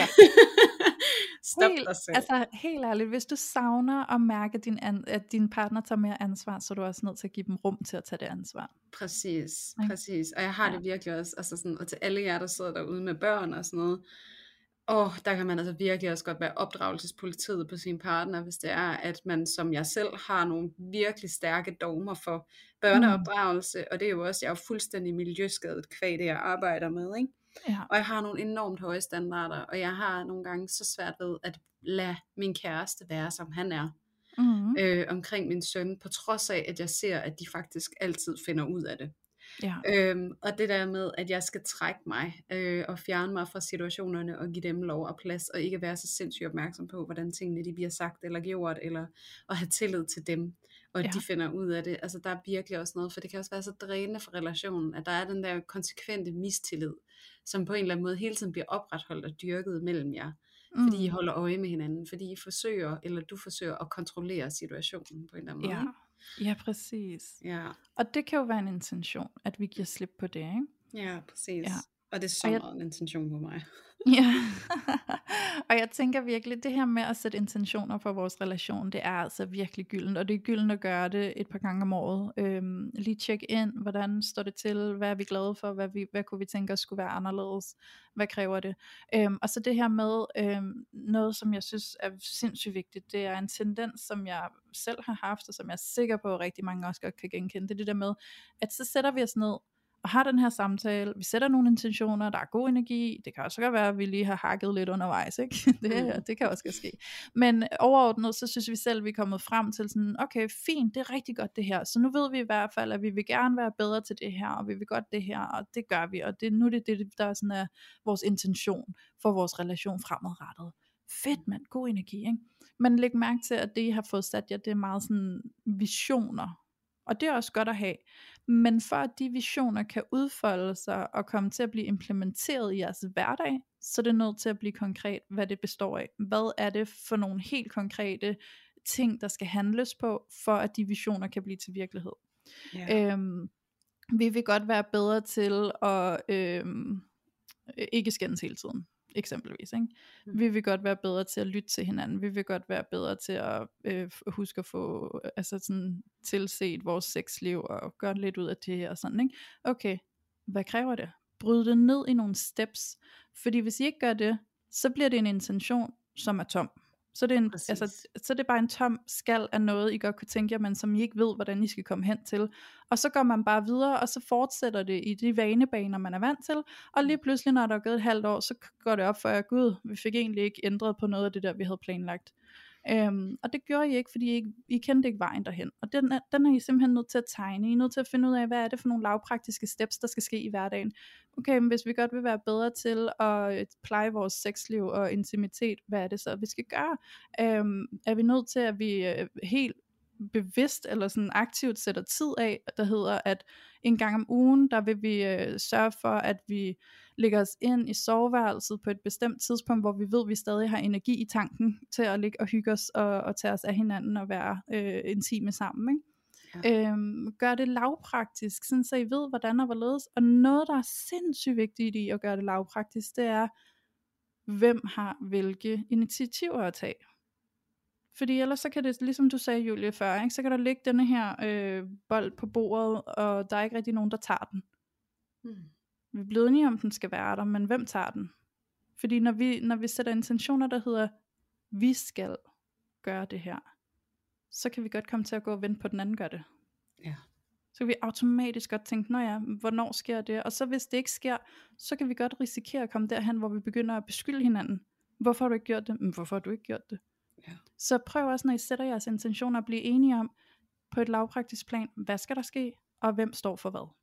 Stop dig selv. Altså helt ærligt, hvis du savner at mærke, at din partner tager mere ansvar, så er du også nødt til at give dem rum til at tage det ansvar. Præcis. Og jeg har det virkelig også, altså sådan, og til alle jer, der sidder derude med børn og sådan noget, der kan man altså virkelig også godt være opdragelsespolitiet på sin partner, hvis det er, at man som jeg selv har nogle virkelig stærke dogmer for børneopdragelse, og det er jo også, jeg er jo fuldstændig miljøskadet kvad det, jeg arbejder med, ikke? Ja. Og jeg har nogle enormt høje standarder, og jeg har nogle gange så svært ved at lade min kæreste være, som han er, omkring min søn, på trods af, at jeg ser, at de faktisk altid finder ud af det. Ja. Og det der med, at jeg skal trække mig og fjerne mig fra situationerne og give dem lov og plads, og ikke være så sindssygt opmærksom på, hvordan tingene de bliver sagt eller gjort, eller at have tillid til dem, og at de finder ud af det. Altså der er virkelig også noget, for det kan også være så drænende for relationen, at der er den der konsekvente mistillid, som på en eller anden måde hele tiden bliver opretholdt og dyrket mellem jer, fordi I holder øje med hinanden, fordi I forsøger, eller du forsøger at kontrollere situationen på en eller anden måde. Ja, præcis. Ja. Og det kan jo være en intention, at vi giver slip på det, ikke? Ja, præcis. Ja. Og det er så meget en intention på mig. Ja, og jeg tænker virkelig, det her med at sætte intentioner for vores relation, det er altså virkelig gyldent, og det er gyldent at gøre det et par gange om året. Lige tjek ind, hvordan står det til, hvad er vi glade for, hvad kunne vi tænke os skulle være anderledes, hvad kræver det. Og så det her med noget, som jeg synes er sindssygt vigtigt, det er en tendens, som jeg selv har haft, og som jeg er sikker på, at rigtig mange også godt kan genkende, det er det der med, at så sætter vi os ned, og har den her samtale, vi sætter nogle intentioner, der er god energi, det kan også godt være, at vi lige har hakket lidt undervejs, ikke? Det kan også ske. Men overordnet, så synes vi selv, at vi er kommet frem til sådan, okay, fint, det er rigtig godt det her, så nu ved vi i hvert fald, at vi vil gerne være bedre til det her, og vi vil godt det her, og det gør vi, og nu er det, der sådan er vores intention for vores relation fremadrettet. Fedt mand, god energi, ikke? Men læg mærke til, at det I har fået sat jer, det er meget sådan visioner, og det er også godt at have, men for at de visioner kan udfolde sig og komme til at blive implementeret i jeres hverdag, så er det nødt til at blive konkret, hvad det består af. Hvad er det for nogle helt konkrete ting, der skal handles på, for at de visioner kan blive til virkelighed. Vi vil godt være bedre til at ikke skændes hele tiden, eksempelvis, ikke? Vi vil godt være bedre til at lytte til hinanden, vi vil godt være bedre til at huske at få sådan tilset vores sexliv og gøre lidt ud af det her og sådan, ikke? Okay, hvad kræver det? Bryd det ned i nogle steps, fordi hvis I ikke gør det, så bliver det en intention, som er tom. Så det er, så det er bare en tom skal af noget, I godt kunne tænke jer, men som I ikke ved, hvordan I skal komme hen til. Og så går man bare videre, og så fortsætter det i de vanebaner, man er vant til. Og lige pludselig, når der er gået et halvt år, så går det op for jer, Gud, vi fik egentlig ikke ændret på noget af det der, vi havde planlagt. Og det gjorde I ikke, fordi I kendte ikke vejen derhen. Og den er I simpelthen nødt til at tegne. I er nødt til at finde ud af, hvad er det for nogle lavpraktiske steps, der skal ske i hverdagen. Okay, men hvis vi godt vil være bedre til at pleje vores sexliv og intimitet, hvad er det så, vi skal gøre? Er vi nødt til, at vi helt bevidst eller sådan aktivt sætter tid af, der hedder, at en gang om ugen, der vil vi sørge for, at vi lægger os ind i soveværelset på et bestemt tidspunkt, hvor vi ved, at vi stadig har energi i tanken til at ligge og hygge os og tage os af hinanden og være intime sammen, ikke? Ja. Gør det lavpraktisk, sådan så I ved, hvordan og hvorledes. Og noget, der er sindssygt vigtigt i at gøre det lavpraktisk, det er, hvem har hvilke initiativer at tage. Fordi ellers så kan det, ligesom du sagde, Julie, før, ikke? Så kan der ligge denne her bold på bordet, og der er ikke rigtig nogen, der tager den. Vi er blevet enige om, den skal være der, men hvem tager den? Fordi når vi sætter intentioner, der hedder, vi skal gøre det her, så kan vi godt komme til at gå og vente på, den anden gør det. Ja. Så kan vi automatisk godt tænke, nå ja, hvornår sker det? Og så hvis det ikke sker, så kan vi godt risikere at komme derhen, hvor vi begynder at beskylde hinanden. Hvorfor har du ikke gjort det? Men hvorfor har du ikke gjort det? Ja. Så prøv også, når I sætter jeres intentioner, at blive enige om, på et lavpraktisk plan, hvad skal der ske, og hvem står for hvad?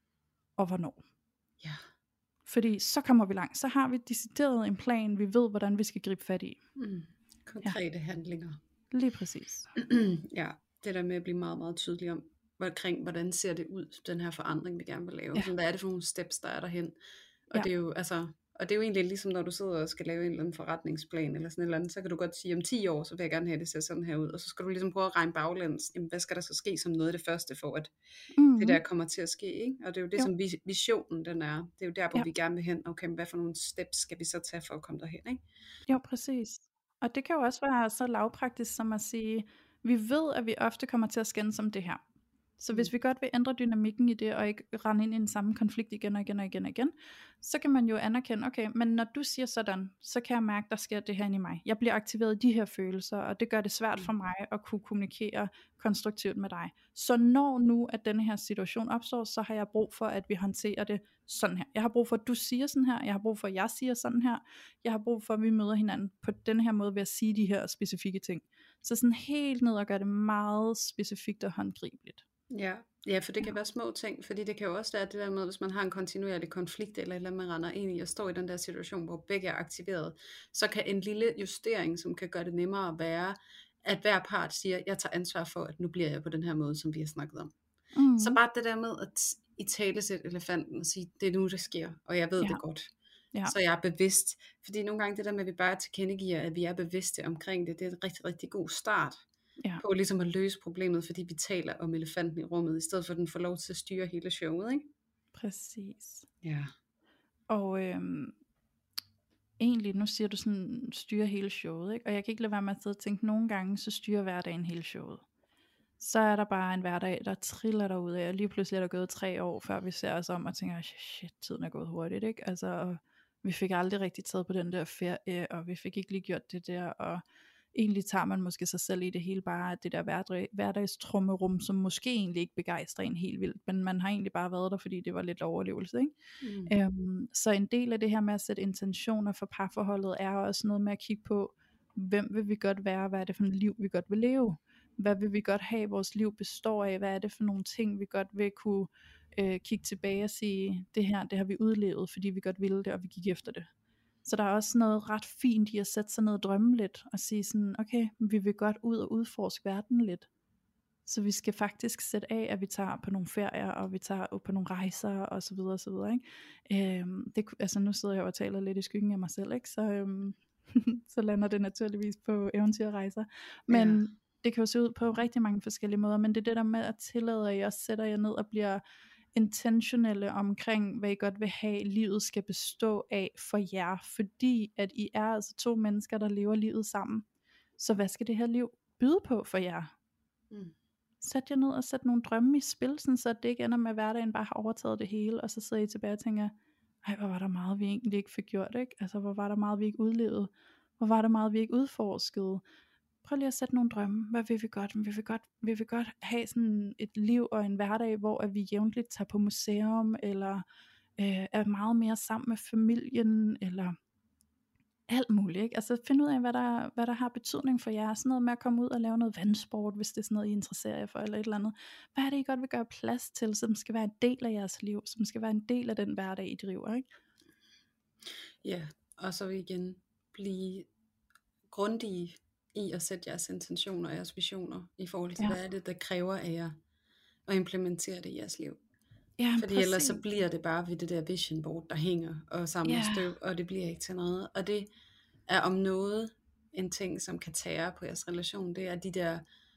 Og hvornår? Ja. Fordi så kommer vi langt. Så har vi decideret en plan, vi ved, hvordan vi skal gribe fat i. Konkrete handlinger. Lige præcis. Ja, det der med at blive meget, meget tydelig om, hvordan ser det ud, den her forandring, vi gerne vil lave. Ja. Hvad er det for nogle steps, der er derhen? Og det er jo, og det er jo egentlig ligesom, når du sidder og skal lave en eller anden forretningsplan, eller sådan et eller andet, så kan du godt sige, om 10 år, så vil jeg gerne have, det ser sådan her ud. Og så skal du ligesom prøve at regne baglæns, jamen, hvad skal der så ske som noget af det første, for at det der kommer til at ske, ikke? Og det er jo det, som visionen den er. Det er jo der, hvor vi gerne vil hen. Okay, men hvad for nogle steps skal vi så tage for at komme derhen, ikke? Jo, præcis. Og det kan jo også være så lavpraktisk som at sige, vi ved, at vi ofte kommer til at skændes om det her. Så hvis vi godt vil ændre dynamikken i det, og ikke rende ind i den samme konflikt igen og igen og igen og igen, så kan man jo anerkende, okay, men når du siger sådan, så kan jeg mærke, der sker det her inde i mig. Jeg bliver aktiveret i de her følelser, og det gør det svært for mig at kunne kommunikere konstruktivt med dig. Så når nu, at denne her situation opstår, så har jeg brug for, at vi håndterer det sådan her. Jeg har brug for, at du siger sådan her. Jeg har brug for, at jeg siger sådan her. Jeg har brug for, at vi møder hinanden på denne her måde ved at sige de her specifikke ting. Så sådan helt ned og gøre det meget specifikt og håndgribeligt. Ja, for det kan være små ting, fordi det kan jo også være det der med, hvis man har en kontinuerlig konflikt, eller man render ind i og står i den der situation, hvor begge er aktiveret, så kan en lille justering, som kan gøre det nemmere, være, at hver part siger, jeg tager ansvar for, at nu bliver jeg på den her måde, som vi har snakket om. Så bare det der med at italesætte elefanten og sige, det er nu, det sker, og jeg ved det godt. Så jeg er bevidst, fordi nogle gange det der med, at vi bare tilkendegiver, at vi er bevidste omkring det, det er en rigtig, rigtig god start. På ligesom at løse problemet, fordi vi taler om elefanten i rummet, i stedet for at den får lov til at styre hele showet, ikke? Præcis. Ja. Og egentlig, nu siger du sådan, styre hele showet, ikke? Og jeg kan ikke lade være med at sidde og tænke, nogle gange, så styrer hverdagen hele showet. Så er der bare en hverdag, der triller derud af, og lige pludselig er der gået 3 år, før vi ser os om, og tænker, shit, tiden er gået hurtigt, ikke? Altså, og vi fik aldrig rigtig taget på den der ferie, og vi fik ikke lige gjort det der, og egentlig tager man måske sig selv i det hele bare, det der hverdagstrummerum, som måske egentlig ikke begejstrer en helt vildt, men man har egentlig bare været der, fordi det var lidt overlevelse, ikke? Så en del af det her med at sætte intentioner for parforholdet, er også noget med at kigge på, hvem vil vi godt være, hvad er det for et liv vi godt vil leve, hvad vil vi godt have vores liv består af, hvad er det for nogle ting vi godt vil kunne kigge tilbage og sige, det her, det har vi udlevet, fordi vi godt ville det, og vi gik efter det. Så der er også noget ret fint i at sætte sig ned og drømme lidt, og sige sådan, okay, vi vil godt ud og udforske verden lidt. Så vi skal faktisk sætte af, at vi tager på nogle ferier, og vi tager på nogle rejser, og så videre, og så videre, ikke? Altså nu sidder jeg og taler lidt i skyggen af mig selv, ikke? Så, så lander det naturligvis på eventyrrejser. Men det kan jo se ud på rigtig mange forskellige måder, men det er det der med at tillade, at I også sætter jer ned og bliver intentionelle omkring, hvad I godt vil have, livet skal bestå af for jer, fordi at I er altså 2 mennesker, der lever livet sammen. Så hvad skal det her liv byde på for jer? Sæt jer ned og sæt nogle drømme i spil, sådan så det ikke ender med, at hverdagen bare har overtaget det hele, og så sidder I tilbage og tænker, ej, hvor var der meget, vi egentlig ikke fik gjort, ikke? Altså, hvor var der meget, vi ikke udlevede? Hvor var der meget, vi ikke udforskede? Prøv lige at sætte nogle drømme. Hvad vil vi godt? Vi vil godt have sådan et liv og en hverdag, hvor at vi jævnligt tager på museum, eller er meget mere sammen med familien, eller alt muligt, ikke? Altså find ud af, hvad der har betydning for jer. Sådan noget med at komme ud og lave noget vandsport, hvis det er sådan noget, I interesserer jer for, eller et eller andet. Hvad er det, I godt vil gøre plads til, som skal være en del af jeres liv, som skal være en del af den hverdag, I driver, ikke? Ja, og så vil igen blive grundige i at sætte jeres intentioner og jeres visioner i forhold til, hvad er det, der kræver af jer at implementere det i jeres liv. Ja, fordi præcis. Ellers så bliver det bare ved det der vision board, der hænger og samler støv, og det bliver ikke til noget. Og det er om noget en ting, som kan tære på jeres relation. Det er de der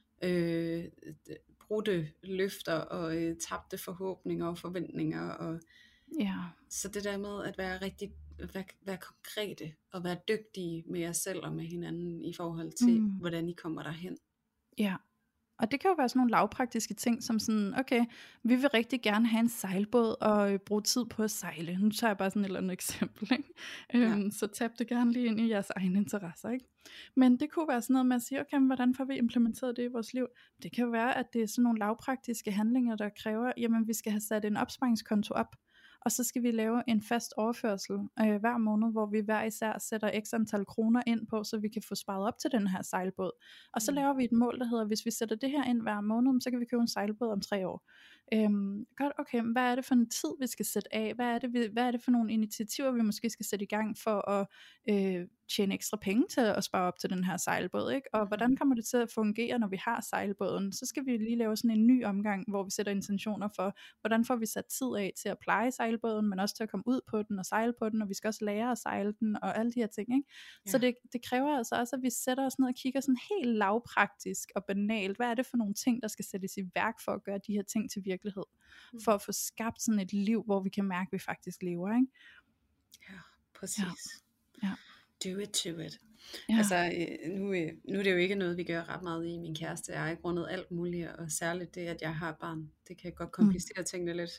brudte løfter og tabte forhåbninger og forventninger. Og så det der med at være konkrete og være dygtige med jer selv og med hinanden i forhold til, hvordan I kommer derhen. Ja. Og det kan jo være sådan nogle lavpraktiske ting, som sådan, okay, vi vil rigtig gerne have en sejlbåd og bruge tid på at sejle. Nu tager jeg bare sådan et eller andet eksempel, ikke? Så tab det gerne lige ind i jeres egne interesser, ikke? Men det kunne være sådan noget med at sige, okay, men hvordan får vi implementeret det i vores liv? Det kan jo være, at det er sådan nogle lavpraktiske handlinger, der kræver, jamen vi skal have sat en opsparingskonto op, og så skal vi lave en fast overførsel hver måned, hvor vi hver især sætter x antal kroner ind på, så vi kan få sparet op til den her sejlbåd. Og så laver vi et mål, der hedder, hvis vi sætter det her ind hver måned, så kan vi købe en sejlbåd om 3 år. Godt, okay, hvad er det for en tid, vi skal sætte af? Hvad er det for nogle initiativer, vi måske skal sætte i gang for at tjene ekstra penge til at spare op til den her sejlbåd, ikke? Og hvordan kommer det til at fungere, når vi har sejlbåden? Så skal vi lige lave sådan en ny omgang, hvor vi sætter intentioner for, hvordan får vi sat tid af til at pleje sejlbåden, men også til at komme ud på den og sejle på den, og vi skal også lære at sejle den, og alle de her ting, ikke? Så det kræver altså også, at vi sætter os ned og kigger sådan helt lavpraktisk og banalt, hvad er det for nogle ting, der skal sættes i værk for at gøre de her ting til virkelighed, for at få skabt sådan et liv, hvor vi kan mærke, at vi faktisk lever, ikke? Ja, præcis. Ja. Do it to it. Altså nu er det jo ikke noget, vi gør ret meget i, min kæreste og jeg, grundet alt muligt, og særligt det, at jeg har et barn. Det kan godt komplicere tingene lidt.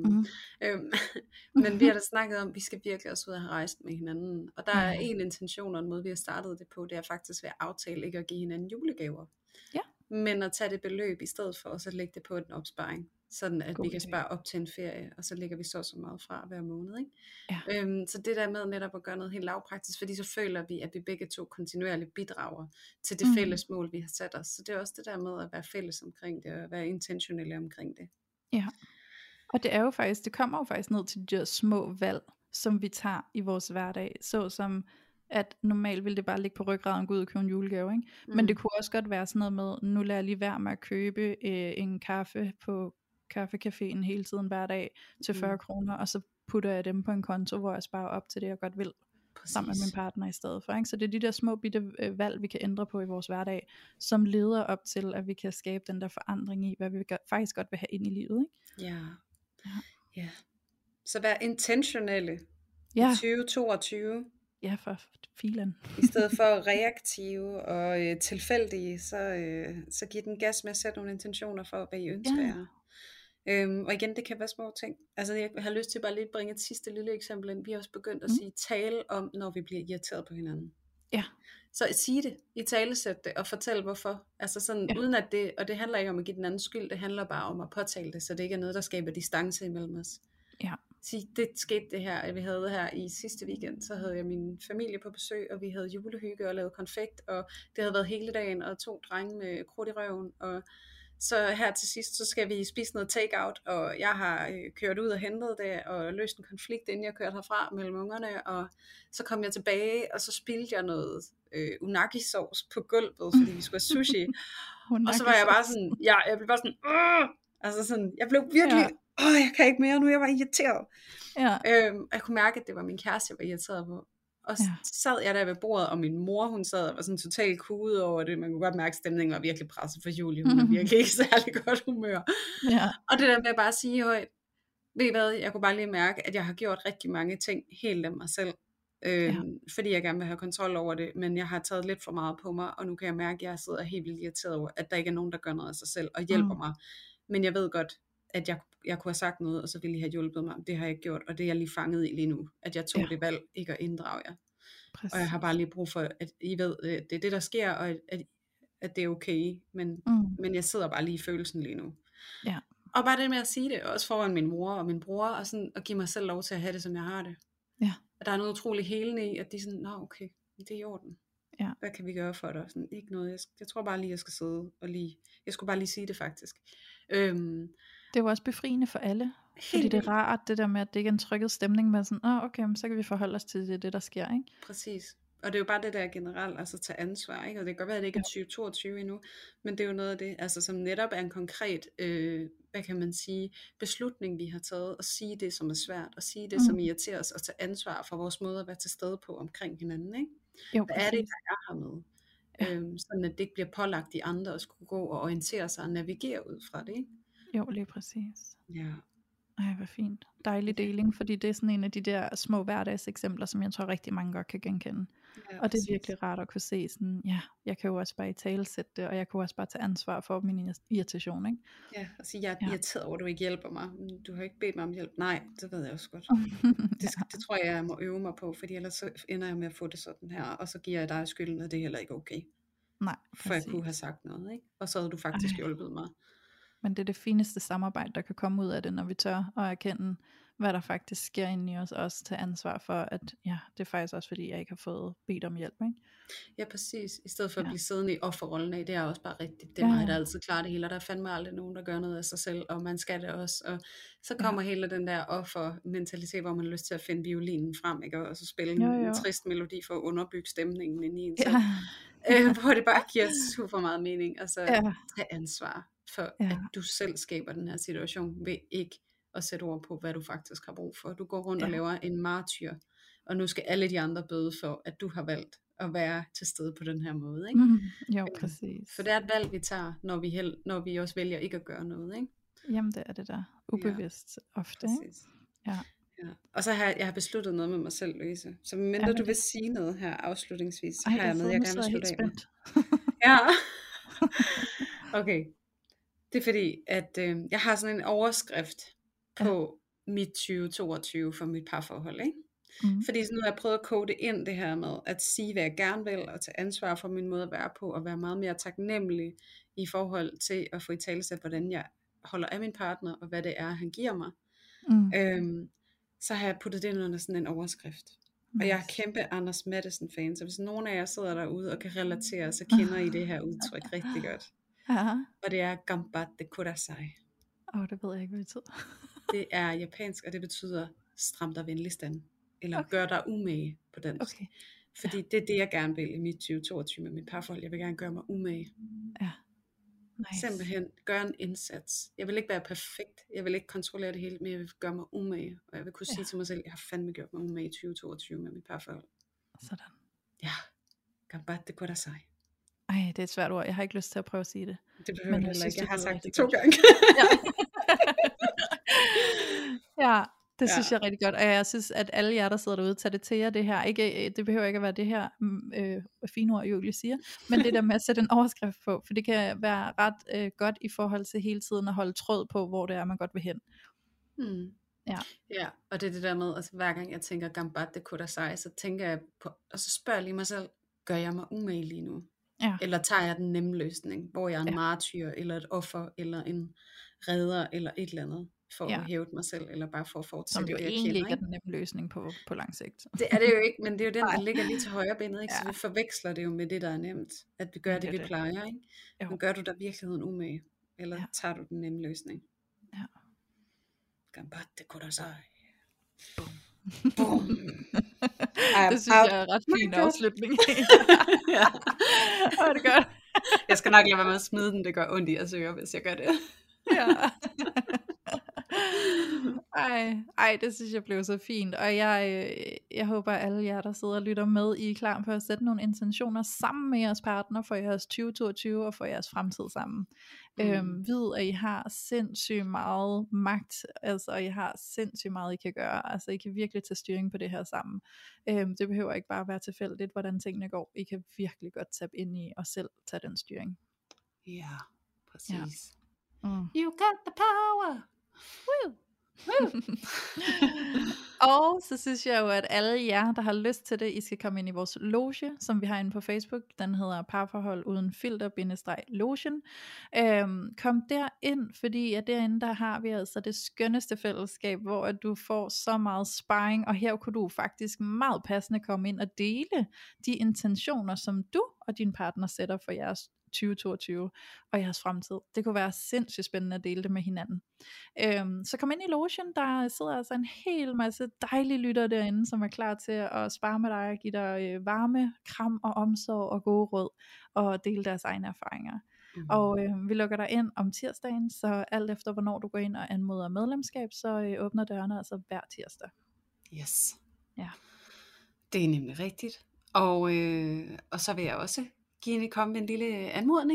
Men vi har da snakket om, at vi skal virkelig også ud og have rejst med hinanden. Og der er en intention, og en måde, vi har startet det på, det er faktisk ved at aftale ikke at give hinanden julegaver. Ja. Men at tage det beløb i stedet for, og så lægge det på en opsparing. Sådan at vi kan spare op til en ferie, og så lægger vi så meget fra hver måned, ikke? Ja. Så det der med netop at gøre noget helt lavpraktisk, fordi så føler vi, at vi begge to kontinuerligt bidrager til det fælles mål, vi har sat os. Så det er også det der med at være fælles omkring det, og være intentionelle omkring det. Ja, og det er jo faktisk, det kommer jo faktisk ned til de små valg, som vi tager i vores hverdag, såsom at normalt ville det bare ligge på ryggraden og gå ud og købe en julegave, ikke? Men det kunne også godt være sådan noget med, nu lader jeg lige være med at købe en kaffe på kaffecaféen hele tiden hver dag til 40 kroner, og så putter jeg dem på en konto, hvor jeg sparer op til det, jeg godt vil, sammen med min partner i stedet for, ikke? Så det er de der små bitte valg, vi kan ændre på i vores hverdag, som leder op til, at vi kan skabe den der forandring i, hvad vi faktisk godt vil have ind i livet, ikke? Ja. Så vær intentionelle i 2022. Ja, for filen. I stedet for reaktive og tilfældige, så giv den gas med at sætte nogle intentioner for, hvad I ønsker jer. Og igen, det kan være små ting. Altså jeg har lyst til bare lige at bringe et sidste lille eksempel ind. Vi har også begyndt at sige, tale om, når vi bliver irriteret på hinanden. Ja. Så sige det, italesæt det, og fortæl hvorfor. Altså sådan, uden at det, og det handler ikke om at give den anden skyld, det handler bare om at påtale det, så det ikke er noget, der skaber distance imellem os. Ja. Sige, det skete det her, vi havde her i sidste weekend, så havde jeg min familie på besøg, og vi havde julehygge og lavet konfekt, og det havde været hele dagen, og 2 drenge med krudt i røven, og så her til sidst, så skal vi spise noget takeout, og jeg har kørt ud og hentet det, og løst en konflikt, inden jeg kørte herfra mellem ungerne, og så kom jeg tilbage, og så spildte jeg noget unagi-sovs på gulvet, fordi vi skulle have sushi, og så var jeg bare sådan, jeg blev bare sådan, altså sådan, jeg blev virkelig, jeg kan ikke mere nu, jeg var irriteret. Jeg kunne mærke, at det var min kæreste, jeg var irriteret på. Og så sad jeg der ved bordet, og min mor, hun sad og var sådan totalt kuget over det. Man kunne godt mærke, at stemningen var virkelig presset for Julie. Hun var virkelig ikke særlig godt humør. Og det der med at bare sige højt, ved I hvad, jeg kunne bare lige mærke, at jeg har gjort rigtig mange ting helt af mig selv. Fordi jeg gerne vil have kontrol over det, men jeg har taget lidt for meget på mig, og nu kan jeg mærke, at jeg sidder helt vildt irriteret over, at der ikke er nogen, der gør noget af sig selv og hjælper mig. Men jeg ved godt, at jeg kunne have sagt noget, og så ville I have hjulpet mig. Det har jeg ikke gjort, og det er jeg lige fanget i lige nu. At jeg tog det valg, ikke at inddrage jer. Præcis. Og jeg har bare lige brug for, at I ved, at det er det, der sker, og at det er okay. Men jeg sidder bare lige i følelsen lige nu. Og bare det med at sige det, også foran min mor og min bror, og sådan at give mig selv lov til at have det, som jeg har det. Og der er noget utroligt helende i, at de er sådan, nå okay, det er i orden. Hvad kan vi gøre for dig? Sådan, ikke noget, jeg tror bare lige, jeg skal sidde og jeg skulle bare lige sige det faktisk. Det er jo også befriende for alle, fordi det er rart det der med, at det ikke er en trykket stemning med sådan, okay, så kan vi forholde os til det der sker, ikke? Præcis. Og det er jo bare det der generelt, altså tage ansvar, ikke? Og det kan godt være, at det ikke er 2022 endnu, men det er jo noget af det, altså som netop er en konkret, hvad kan man sige, beslutning, vi har taget, og sige det, som er svært, og sige det, som irriterer os, og tage ansvar for vores måde at være til stede på omkring hinanden, ikke? Jo, hvad er det, der er her med? Sådan at det ikke bliver pålagt de andre, at skulle gå og orientere sig og navigere ud fra det, ikke? Jo, lige præcis. Ja. Ej, hvor fint. Dejlig deling, fordi det er sådan en af de der små hverdagseksempler, som jeg tror rigtig mange godt kan genkende. Og det er virkelig rart at kunne se sådan, jeg kan jo også bare italesætte det, og jeg kan også bare tage ansvar for min irritation, ikke? Ja, og sige, jeg er irriteret over, at du ikke hjælper mig. Du har ikke bedt mig om hjælp. Nej, det ved jeg også godt. Det tror jeg må øve mig på, fordi ellers så ender jeg med at få det sådan her, og så giver jeg dig skylden, og det er heller ikke okay. Nej, for jeg kunne have sagt noget, ikke? Og så havde du faktisk hjulpet mig. Men det er det fineste samarbejde, der kan komme ud af det, når vi tør at erkende, hvad der faktisk sker inde i os, og også tage ansvar for, at det er faktisk også fordi, jeg ikke har fået bedt om hjælp, ikke? Ja, præcis. I stedet for at blive siddende i offerrollen af, det er også bare rigtigt. Det er mig, der altid klarer det hele, og der er fandme aldrig nogen, der gør noget af sig selv, og man skal det også. Og så kommer hele den der offermentalitet, hvor man har lyst til at finde violinen frem, ikke? Og så spille en trist melodi for at underbygge stemningen inde i en selv. Hvor det bare giver super meget mening, og så tage ansvar for, at du selv skaber den her situation, ved ikke at sætte ord på, hvad du faktisk har brug for. Du går rundt og laver en martyr, og nu skal alle de andre bøde for, at du har valgt at være til stede på den her måde, ikke? Jo, præcis. For det er et valg, vi tager, når vi også vælger ikke at gøre noget, ikke? Jamen, det er det der. Ubevidst ofte, ikke? Ja. Og så har jeg besluttet noget med mig selv, Louise. Så mindre du vil sige noget her afslutningsvis, så har jeg noget, jeg gerne vil slutte af med. Ja. Okay. Det er fordi, at jeg har sådan en overskrift på mit 2022 for mit parforhold, ikke? Fordi så nu har jeg prøvet at kode ind det her med at sige, hvad jeg gerne vil, og tage ansvar for min måde at være på, og være meget mere taknemmelig i forhold til at få italesat, hvordan jeg holder af min partner, og hvad det er, han giver mig. Så har jeg puttet det ind under sådan en overskrift. Og jeg er kæmpe Anders Matthesen fan, så hvis nogen af jer sidder derude og kan relatere, så kender I det her udtryk rigtig godt. Og det er Gambatte Kudasai. Det ved jeg ikke, hvad det betyder. Det er japansk, og det betyder stram dig venligst an. Eller gør dig umage på dansk. Fordi det er det, jeg gerne vil i mit 2022 med mit parforhold. Jeg vil gerne gøre mig umage. Nice. Simpelthen gøre en indsats. Jeg vil ikke være perfekt. Jeg vil ikke kontrollere det hele, men jeg vil gøre mig umage. Og jeg vil kunne sige til mig selv, jeg har fandme gjort mig umage i 2022 med mit parforhold. Sådan. Ja. Gambatte Kudasai. Ej, det er et svært ord. Jeg har ikke lyst til at prøve at sige det. Det behøver jeg heller ikke. Jeg har sagt det 2 gange. Det synes jeg er rigtig godt. Og jeg synes, at alle jer, der sidder derude, tager det til jer, det her. Det behøver ikke at være det her fine ord, Julie siger. Men det der med at sætte en overskrift på. For det kan være ret godt i forhold til hele tiden at holde tråd på, hvor det er, man godt vil hen. Ja, og det er det der med, altså hver gang jeg tænker Gambatte Kudasai, så tænker jeg på, og så spørger jeg lige mig selv, gør jeg mig umage lige nu? Ja. Eller tager jeg den nemme løsning, hvor jeg er en martyr, eller et offer, eller en redder, eller et eller andet, for at hæve mig selv, eller bare for at fortsætte som jo det, jeg egentlig kender, ikke er den nemme løsning på lang sigt. Det er det jo ikke, men det er jo den, der ligger lige til højre benet, ikke? Så vi forveksler det jo med det, der er nemt, at vi gør det, vi plejer, ikke? Men gør du der virkeligheden umage, eller tager du den nemme løsning? Ja. Gambatte kudasai. Boom. Boom. Det synes jeg er ret fin afslutning. Ja. Det er godt. Jeg skal nok lade være med at smide den, det gør ondt i at søge, hvis jeg gør det. Ja. Ej, det synes jeg blev så fint. Og jeg håber, at alle jer, der sidder og lytter med, I er klar på at sætte nogle intentioner sammen med jeres partner for jeres 2022 og for jeres fremtid sammen. Vid, at I har sindssygt meget magt, altså, og I har sindssygt meget, I kan gøre. Altså, I kan virkelig tage styring på det her sammen. Det behøver ikke bare være tilfældigt, hvordan tingene går. I kan virkelig godt tabe ind i og selv tage den styring. Ja, præcis. Ja. You got the power. Woo. Og så synes jeg jo, at alle jer, der har lyst til det, I skal komme ind i vores loge, som vi har inde på Facebook. Den hedder Parforhold uden filter-logen. Kom derind, fordi at derinde, der har vi altså det skønneste fællesskab, hvor at du får så meget sparring, og her kunne du faktisk meget passende komme ind og dele de intentioner, som du og din partner sætter for jeres 2022 og jeres fremtid. Det kunne være sindssygt spændende at dele det med hinanden. Så kom ind i logen, der sidder altså en hel masse dejlige lyttere derinde, som er klar til at spare med dig og give dig varme, kram og omsorg og gode råd og dele deres egne erfaringer. Og vi lukker dig ind om tirsdagen, så alt efter hvornår du går ind og anmoder medlemskab, så åbner dørene altså hver tirsdag. Yes. Ja. Det er nemlig rigtigt. Og så vil jeg også komme med en lille anmodning.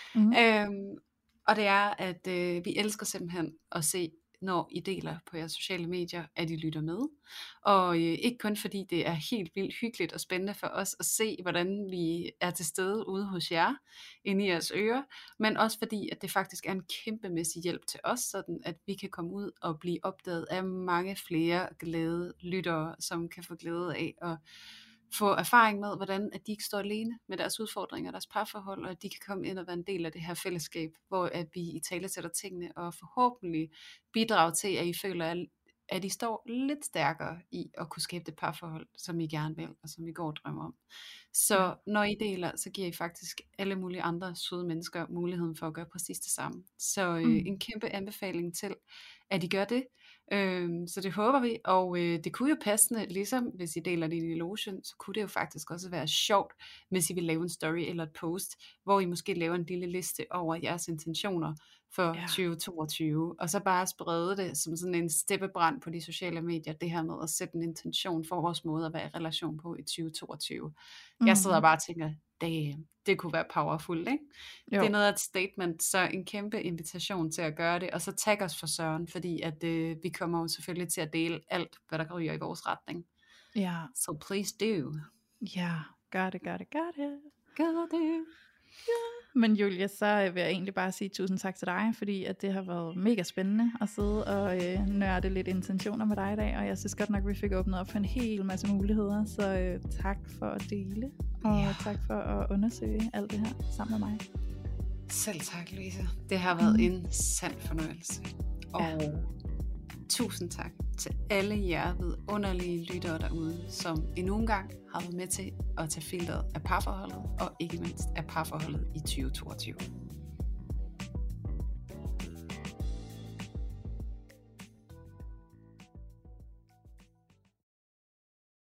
Og det er, at vi elsker simpelthen at se, når I deler på jeres sociale medier, at I lytter med. Og ikke kun fordi det er helt vildt hyggeligt og spændende for os at se, hvordan vi er til stede ude hos jer, inde i jeres ører, men også fordi, at det faktisk er en kæmpemæssig hjælp til os, sådan at vi kan komme ud og blive opdaget af mange flere glade lyttere, som kan få glæde af at få erfaring med, hvordan at de ikke står alene med deres udfordringer, deres parforhold, og at de kan komme ind og være en del af det her fællesskab, hvor at vi italesætter tingene, og forhåbentlig bidrage til, at I føler, at I står lidt stærkere i at kunne skabe det parforhold, som I gerne vil, og som I går og drømmer om. Så når I deler, så giver I faktisk alle mulige andre søde mennesker muligheden for at gøre præcis det samme. Så en kæmpe anbefaling til, at I gør det. Så det håber vi, og det kunne jo passende, ligesom hvis I deler det i logen, så kunne det jo faktisk også være sjovt, hvis I vil lave en story eller et post, hvor I måske laver en lille liste over jeres intentioner for 2022, og så bare sprede det som sådan en steppebrand på de sociale medier, det her med at sætte en intention for vores måde at være i relation på i 2022. Jeg sidder bare og tænker, det kunne være powerful, ikke? Jo. Det er noget af et statement, så en kæmpe invitation til at gøre det, og så tag os for søren, fordi at vi kommer jo selvfølgelig til at dele alt, hvad der ryger i vores retning. Ja. So please do. Ja, gør det. Gør det. Ja. Men Julia, så vil jeg egentlig bare sige tusind tak til dig, fordi at det har været mega spændende at sidde og nørde lidt intentioner med dig i dag, og jeg synes godt nok, vi fik åbnet op for en hel masse muligheder, så tak for at dele, og tak for at undersøge alt det her sammen med mig. Selv tak, Louise. Det har været en sand fornøjelse. Og tusind tak til alle jer vidunderlige lyttere derude, som endnu en gang har været med til at tage filteret af parforholdet, og ikke mindst af parforholdet i 2022.